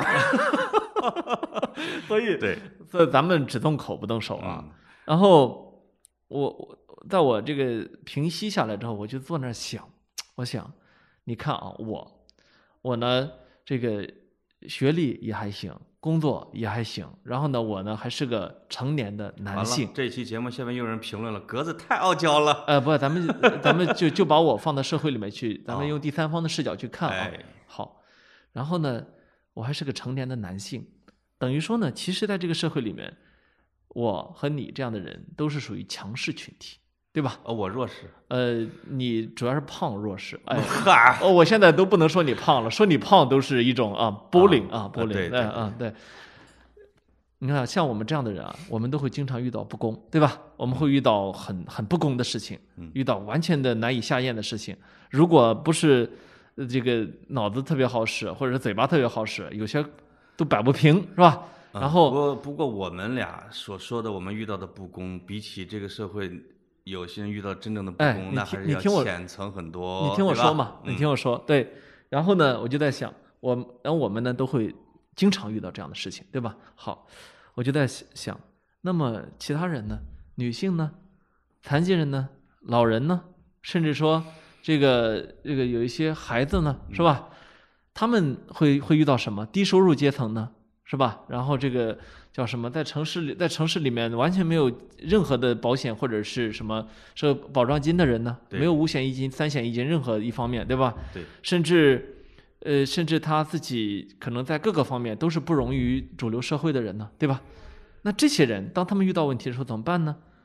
所以， 对， 所以咱们只动口不动手啊。 嗯、 然后我我在我这个平息下来之后，我就坐那儿想，我想，你看啊，我。我呢，这个学历也还行，工作也还行，然后呢，我呢还是个成年的男性。 这期节目下面又有人评论了，格子太傲娇了。 呃，不，咱们咱们就就把我放到社会里面去，咱们用第三方的视角去看啊。 哎、 好，然后呢，我还是个成年的男性，等于说呢，其实在这个社会里面，我和你这样的人都是属于强势群体。对吧？ 哦，我弱势。 呃，你主要是胖弱势。哎， 哈， 哦，我现在都不能说你胖了，说你胖都是一种啊 bullying 啊 bullying。 对对啊对。你看，像我们这样的人啊，我们都会经常遇到不公，对吧？我们会遇到很很不公的事情，遇到完全的难以下咽的事情。如果不是这个脑子特别好使，或者是嘴巴特别好使，有些都摆不平，是吧？然后， 不过不过我们俩所说的我们遇到的不公，比起这个社会。有些人遇到真正的不公， 哎、 那还是要浅层很多。 你听我说嘛， 嗯、 你听我说，对。然后呢，我就在想，我，然后我们呢都会经常遇到这样的事情，对吧？好，我就在想，那么其他人呢？女性呢？残疾人呢？老人呢？甚至说这个这个有一些孩子呢，是吧？嗯、他们会会遇到什么？低收入阶层呢？是吧？然后这个叫什么？在城市里，在城市里面完全没有任何的保险或者是什么收保障金的人呢？没有五险一金、三险一金任何一方面，对吧？ 对。 甚至，呃，甚至他自己可能在各个方面都是不容于主流社会的人呢，对吧？那这些人，当他们遇到问题的时候怎么办呢？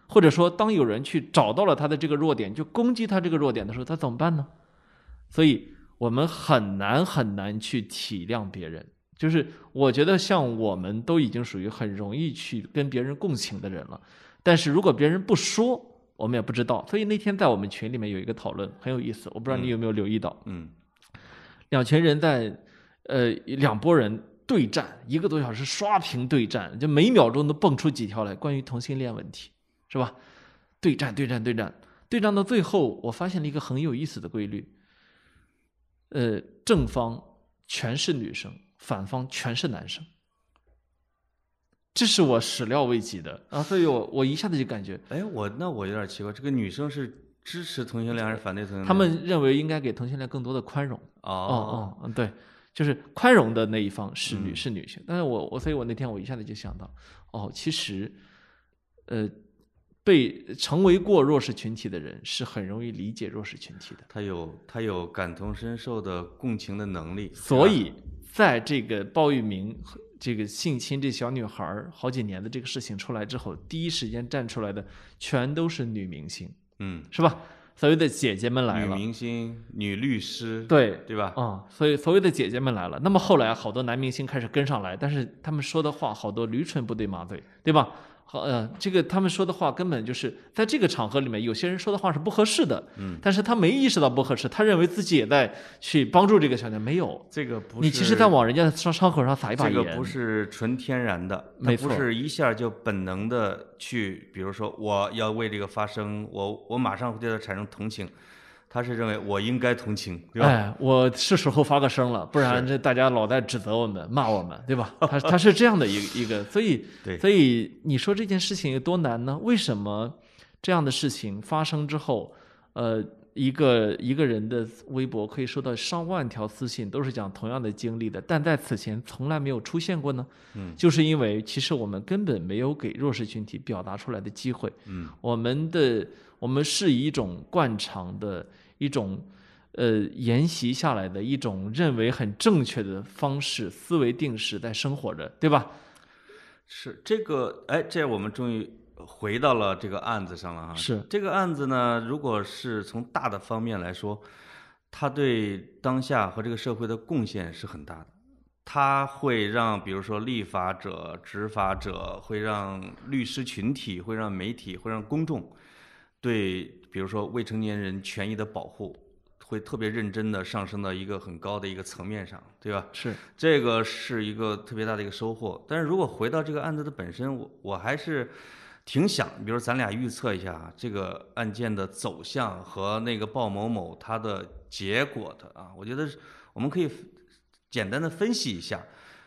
或者说当有人去找到了他的这个弱点，就攻击他这个弱点的时候，他怎么办呢？所以我们很难很难去体谅别人。就是我觉得像我们都已经属于很容易去跟别人共情的人了，但是如果别人不说，我们也不知道。所以那天在我们群里面有一个讨论很有意思，我不知道你有没有留意到， 嗯， 两群人在呃两拨人对战一个多小时，刷屏对战，就每秒钟都蹦出几条来关于同性恋问题，是吧？对战对战对战对战到最后，我发现了一个很有意思的规律，呃，正方全是女生，反方全是男生，这是我始料未及的啊！所以我我一下子就感觉， 哎，我那我有点奇怪，这个女生是支持同性恋还是反对同性恋？ 他们认为应该给同性恋更多的宽容。 哦哦哦，对，就是宽容的那一方是女、 嗯、 是女性，但是我我所以我那天我一下子就想到，哦，其实，呃，被成为过弱势群体的人是很容易理解弱势群体的， 他有他有感同身受的共情的能力， 所以在这个鲍玉明这个性侵这小女孩好几年的这个事情出来之后，第一时间站出来的全都是女明星， 嗯， 是吧？所谓的姐姐们来了， 女明星、女律师， 对对吧？ 啊、嗯，所以所谓的姐姐们来了。那么后来好多男明星开始跟上来，但是他们说的话好多驴唇不对马嘴，对吧？好，呃，这个他们说的话根本就是在这个场合里面，有些人说的话是不合适的， 嗯， 但是他没意识到不合适，他认为自己也在去帮助这个小女孩，没有， 这个不是你其实在往人家的伤伤口上撒一把盐， 这个不是纯天然的， 没错， 不是一下就本能的去，比如说我要为这个发声，我我马上会对他产生同情。他是认为我应该同情，对吧？ 哎，我是时候发个声了，不然这大家老在指责我们、骂我们，对吧？他他是这样的一个一个，所以对， 所以你说这件事情有多难呢？为什么这样的事情发生之后，呃，一个一个人的微博可以收到上万条私信，都是讲同样的经历的，但在此前从来没有出现过呢？ 嗯， 就是因为其实我们根本没有给弱势群体表达出来的机会。 嗯， 我们的我们是以一种惯常的。一种，呃，沿袭下来的一种认为很正确的方式、思维定式在生活着，对吧？ 是这个，哎，这我们终于回到了这个案子上了哈。 是这个案子呢，如果是从大的方面来说，它对当下和这个社会的贡献是很大的。它会让，比如说立法者、执法者，会让律师群体，会让媒体，会让公众。对，比如说未成年人权益的保护，会特别认真的上升到一个很高的一个层面上，对吧？ 是， 这个是一个特别大的一个收获。但是如果回到这个案子的本身，我我还是挺想，比如咱俩预测一下这个案件的走向和那个鲍某某他的结果的啊，我觉得我们可以简单的分析一下。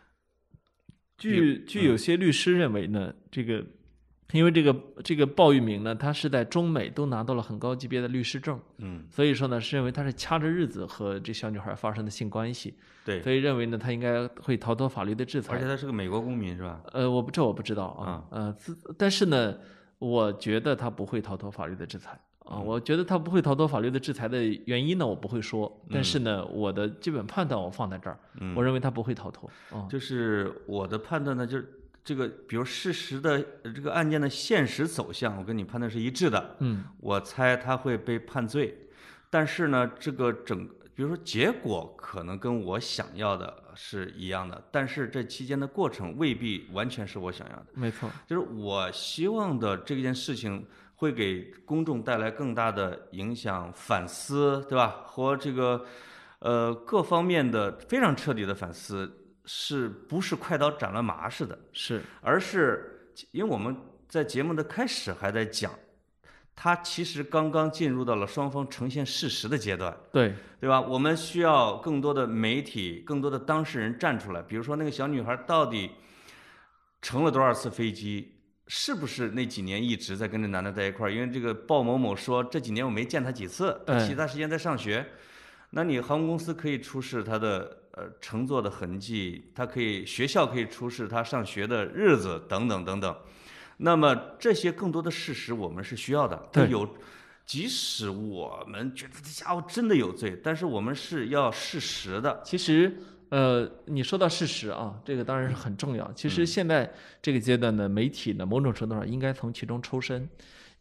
据据有些律师认为呢，嗯、这个。因为这个这个鲍玉明呢，他是在中美都拿到了很高级别的律师证， 嗯， 所以说呢，是认为他是掐着日子和这小女孩发生的性关系， 对， 所以认为呢，他应该会逃脱法律的制裁。 而且他是个美国公民，是吧？ 呃，我不这我不知道啊，嗯、呃，但是呢，我觉得他不会逃脱法律的制裁啊，我觉得他不会逃脱法律的制裁的原因呢，我不会说，但是呢，我的基本判断我放在这儿， 嗯、 我认为他不会逃脱。嗯、 就是我的判断呢，就是。这个，比如事实的这个案件的现实走向，我跟你判断是一致的。 嗯， 我猜他会被判罪，但是呢，这个整，比如说结果可能跟我想要的是一样的，但是这期间的过程未必完全是我想要的。 没错， 就是我希望的这件事情会给公众带来更大的影响、反思，对吧？和这个，呃，各方面的非常彻底的反思。是不是快刀斩乱麻似的？ 是， 而是因为我们在节目的开始还在讲，他其实刚刚进入到了双方呈现事实的阶段， 对对吧？我们需要更多的媒体、更多的当事人站出来，比如说那个小女孩到底乘了多少次飞机，是不是那几年一直在跟这男的在一块儿？因为这个鲍某某说这几年我没见他几次，其他时间在上学。那你航空公司可以出示他的呃乘坐的痕迹，他可以学校可以出示他上学的日子等等等等。那么这些更多的事实我们是需要的。 对， 有，即使我们觉得这家伙真的有罪，但是我们是要事实的。 其实，呃，你说到事实啊，这个当然是很重要。其实现在这个阶段的媒体呢，某种程度上应该从其中抽身。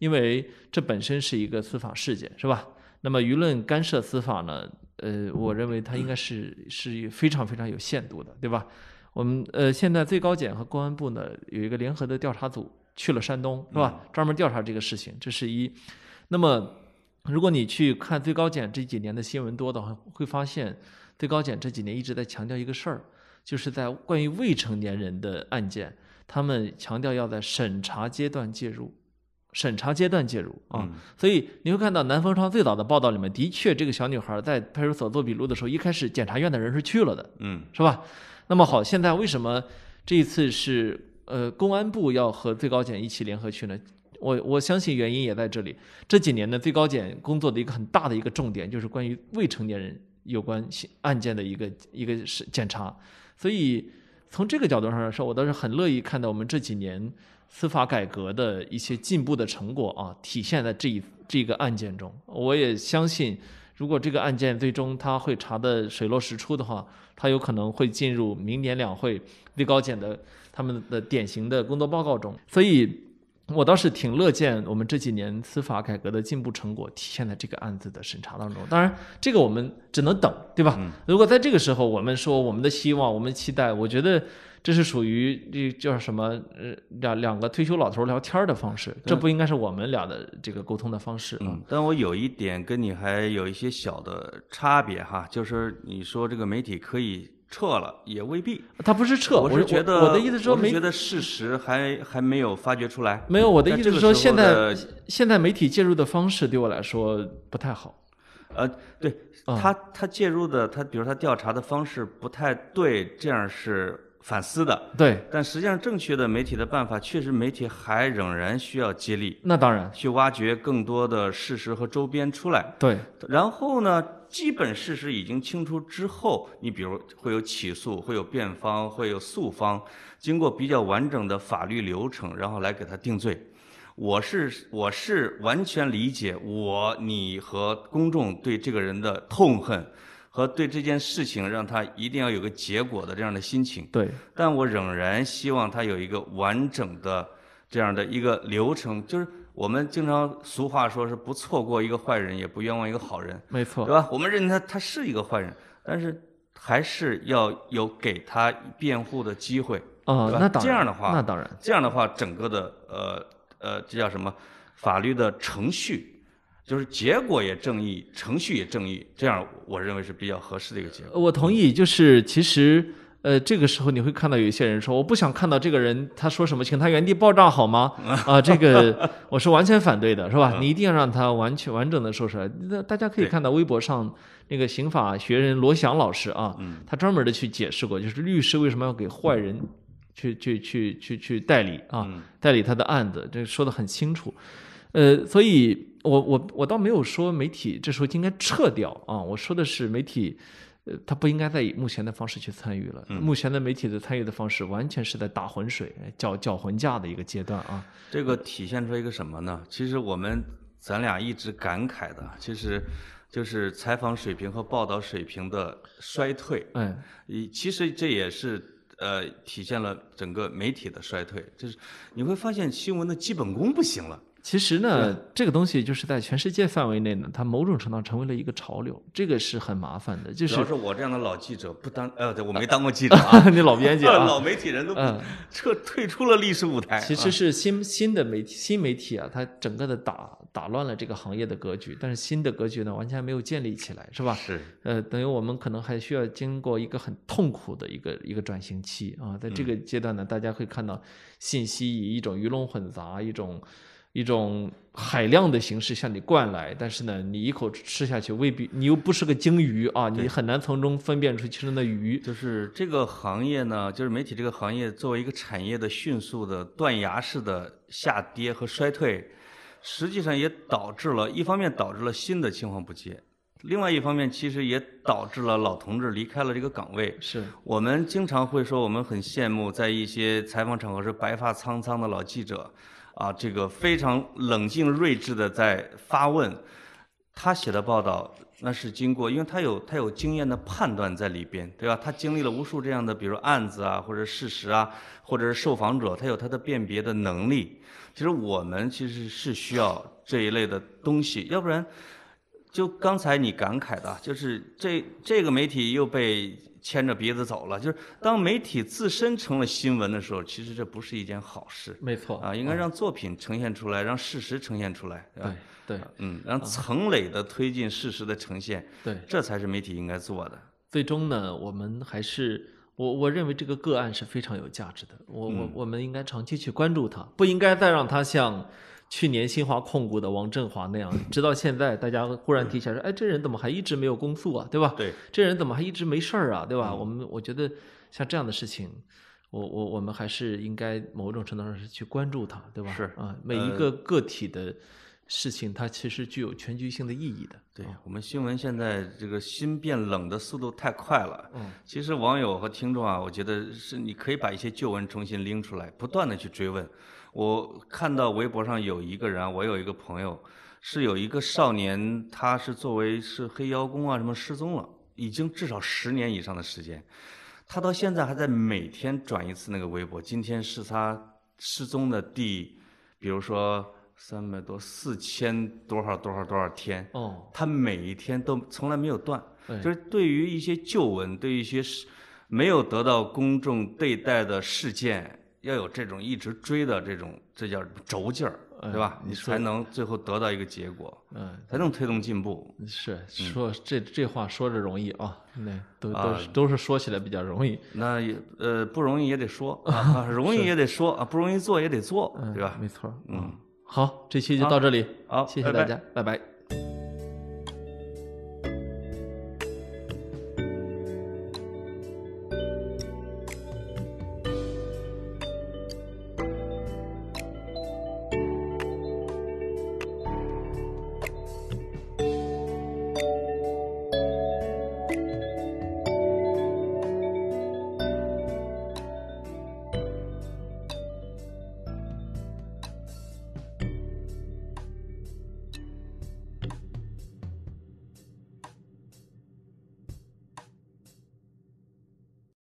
因为这本身是一个司法事件，是吧？那么舆论干涉司法呢，呃，我认为它应该是是非常非常有限度的，对吧？我们呃现在最高检和公安部呢有一个联合的调查组去了山东，是吧？专门调查这个事情，这是一。那么如果你去看最高检这几年的新闻多的话，会发现最高检这几年一直在强调一个事儿，就是在关于未成年人的案件，他们强调要在审查阶段介入。审查阶段介入啊， 嗯、 所以你会看到南风窗最早的报道里面，的确这个小女孩在派出所做笔录的时候，一开始检察院的人是去了的， 嗯， 是吧？那么好，现在为什么这一次是呃公安部要和最高检一起联合去呢？我我相信原因也在这里。这几年呢，最高检工作的一个很大的一个重点就是关于未成年人有关案件的一个一个是检查，所以从这个角度上来说，我倒是很乐意看到我们这几年司法改革的一些进步的成果啊，体现在这一这个案件中。我也相信，如果这个案件最终他会查得水落石出的话，他有可能会进入明年两会最高检的他们的典型的工作报告中。所以我倒是挺乐见我们这几年司法改革的进步成果体现在这个案子的审查当中。当然，这个我们只能等，对吧？如果在这个时候我们说我们的希望、我们期待，我觉得这是属于这叫什么？呃，两两个退休老头聊天的方式，这不应该是我们俩的这个沟通的方式。 嗯，但我有一点跟你还有一些小的差别哈，就是你说这个媒体可以撤了，也未必。 他不是撤， 我是觉得， 我的意思是说， 我是觉得事实还还没有发掘出来。 没有，我的意思是说，现在在现在媒体介入的方式对我来说不太好。 呃，对他他介入的，他比如他调查的方式不太对，这样是反思的。 对， 但实际上正确的媒体的办法，确实媒体还仍然需要接力。 那当然， 去挖掘更多的事实和周边出来。 对， 然后呢，基本事实已经清楚之后，你比如会有起诉，会有辩方，会有诉方，经过比较完整的法律流程，然后来给他定罪。我是我是完全理解我你和公众对这个人的痛恨和对这件事情让他一定要有个结果的这样的心情。 对， 但我仍然希望他有一个完整的这样的一个流程，就是我们经常俗话说是不错过一个坏人，也不冤枉一个好人， 没错， 对吧？我们认定他他是一个坏人，但是还是要有给他辩护的机会啊、呃。那当然， 这样的话， 那当然， 这样的话，整个的呃呃，这叫什么？法律的程序，就是结果也正义，程序也正义，这样我认为是比较合适的一个结果。 我同意，就是其实。呃，这个时候你会看到有一些人说，我不想看到这个人他说什么，请他原地爆炸好吗？啊，这个我是完全反对的，是吧？你一定要让他完全完整的说出来。那大家可以看到微博上那个刑法学人罗翔老师啊，他专门的去解释过，就是律师为什么要给坏人去去去去去代理啊，代理他的案子，这说的很清楚。呃，所以我我我倒没有说媒体这时候应该撤掉啊，我说的是媒体。呃，他不应该再以目前的方式去参与了。 嗯、 目前的媒体的参与的方式，完全是在打浑水、搅搅浑架的一个阶段啊。 这个体现出一个什么呢？其实我们咱俩一直感慨的，其实就是采访水平和报道水平的衰退。 嗯， 其实这也是呃体现了整个媒体的衰退，就是你会发现新闻的基本功不行了。 其实呢，这个东西就是在全世界范围内呢，它某种程度上成为了一个潮流，这个是很麻烦的。就是主要是我这样的老记者不当，呃，我没当过记者啊， 你老编辑啊， 老媒体人都撤退出了历史舞台。 其实是新新的媒体，新媒体啊，它整个的打打乱了这个行业的格局，但是新的格局呢，完全没有建立起来，是吧？ 是。 呃，等于我们可能还需要经过一个很痛苦的一个一个转型期啊，在这个阶段呢，大家会看到信息以一种鱼龙混杂，一种。一种海量的形式向你灌来，但是呢，你一口吃下去，未必你又不是个鲸鱼啊，你很难从中分辨出其中的鱼。 就是这个行业呢，就是媒体这个行业作为一个产业的迅速的断崖式的下跌和衰退，实际上也导致了一方面导致了新的青黄不接，另外一方面其实也导致了老同志离开了这个岗位。 是我们经常会说，我们很羡慕在一些采访场合是白发苍苍的老记者。啊，这个非常冷静睿智的在发问， 他写的报道那是经过，因为他有他有经验的判断在里边，对吧？他经历了无数这样的，比如案子啊，或者事实啊，或者是受访者，他有他的辨别的能力。其实我们其实是需要这一类的东西，要不然就刚才你感慨的，就是这这个媒体又被牵着鼻子走了。就是当媒体自身成了新闻的时候，其实这不是一件好事。 没错啊，应该让作品呈现出来，让事实呈现出来，对吧？ 对对， 嗯，让层垒的推进事实的呈现， 对， 这才是媒体应该做的。 最终呢，我们还是我我认为这个个案是非常有价值的，我我我们应该长期去关注它，不应该再让它像去年新华控股的王振华那样，直到现在大家忽然提起来说，哎，这人怎么还一直没有公诉啊，对吧？ 对， 这人怎么还一直没事儿啊，对吧？我们我觉得像这样的事情。我我我们还是应该某种程度上是去关注它，对吧？ 是啊，每一个个体的事情，它其实具有全局性的意义的。 对，我们新闻现在这个心变冷的速度太快了。 嗯， 其实网友和听众啊，我觉得是你可以把一些旧闻重新拎出来，不断的去追问。我看到微博上有一个人，我有一个朋友，是有一个少年，他是作为是黑腰公啊什么失踪了，已经至少十年以上的时间。他到现在还在每天转一次那个微博，今天是他失踪的第，比如说三百多、四千多少多少多少天， 哦， 他每一天都从来没有断。 对， 就是对于一些旧闻，对于一些没有得到公众对待的事件，要有这种一直追的这种，这叫轴劲儿，对吧？ 嗯、 你才能最后得到一个结果， 嗯， 才能推动进步。 是说、嗯、这这话说着容易啊，那都都啊是都是说起来比较容易。 那也呃不容易也得说啊，容易也得说啊，不容易做也得做，对吧？ 没错， 嗯， 好，这期就到这里， 好， 谢谢大家，拜拜。拜拜。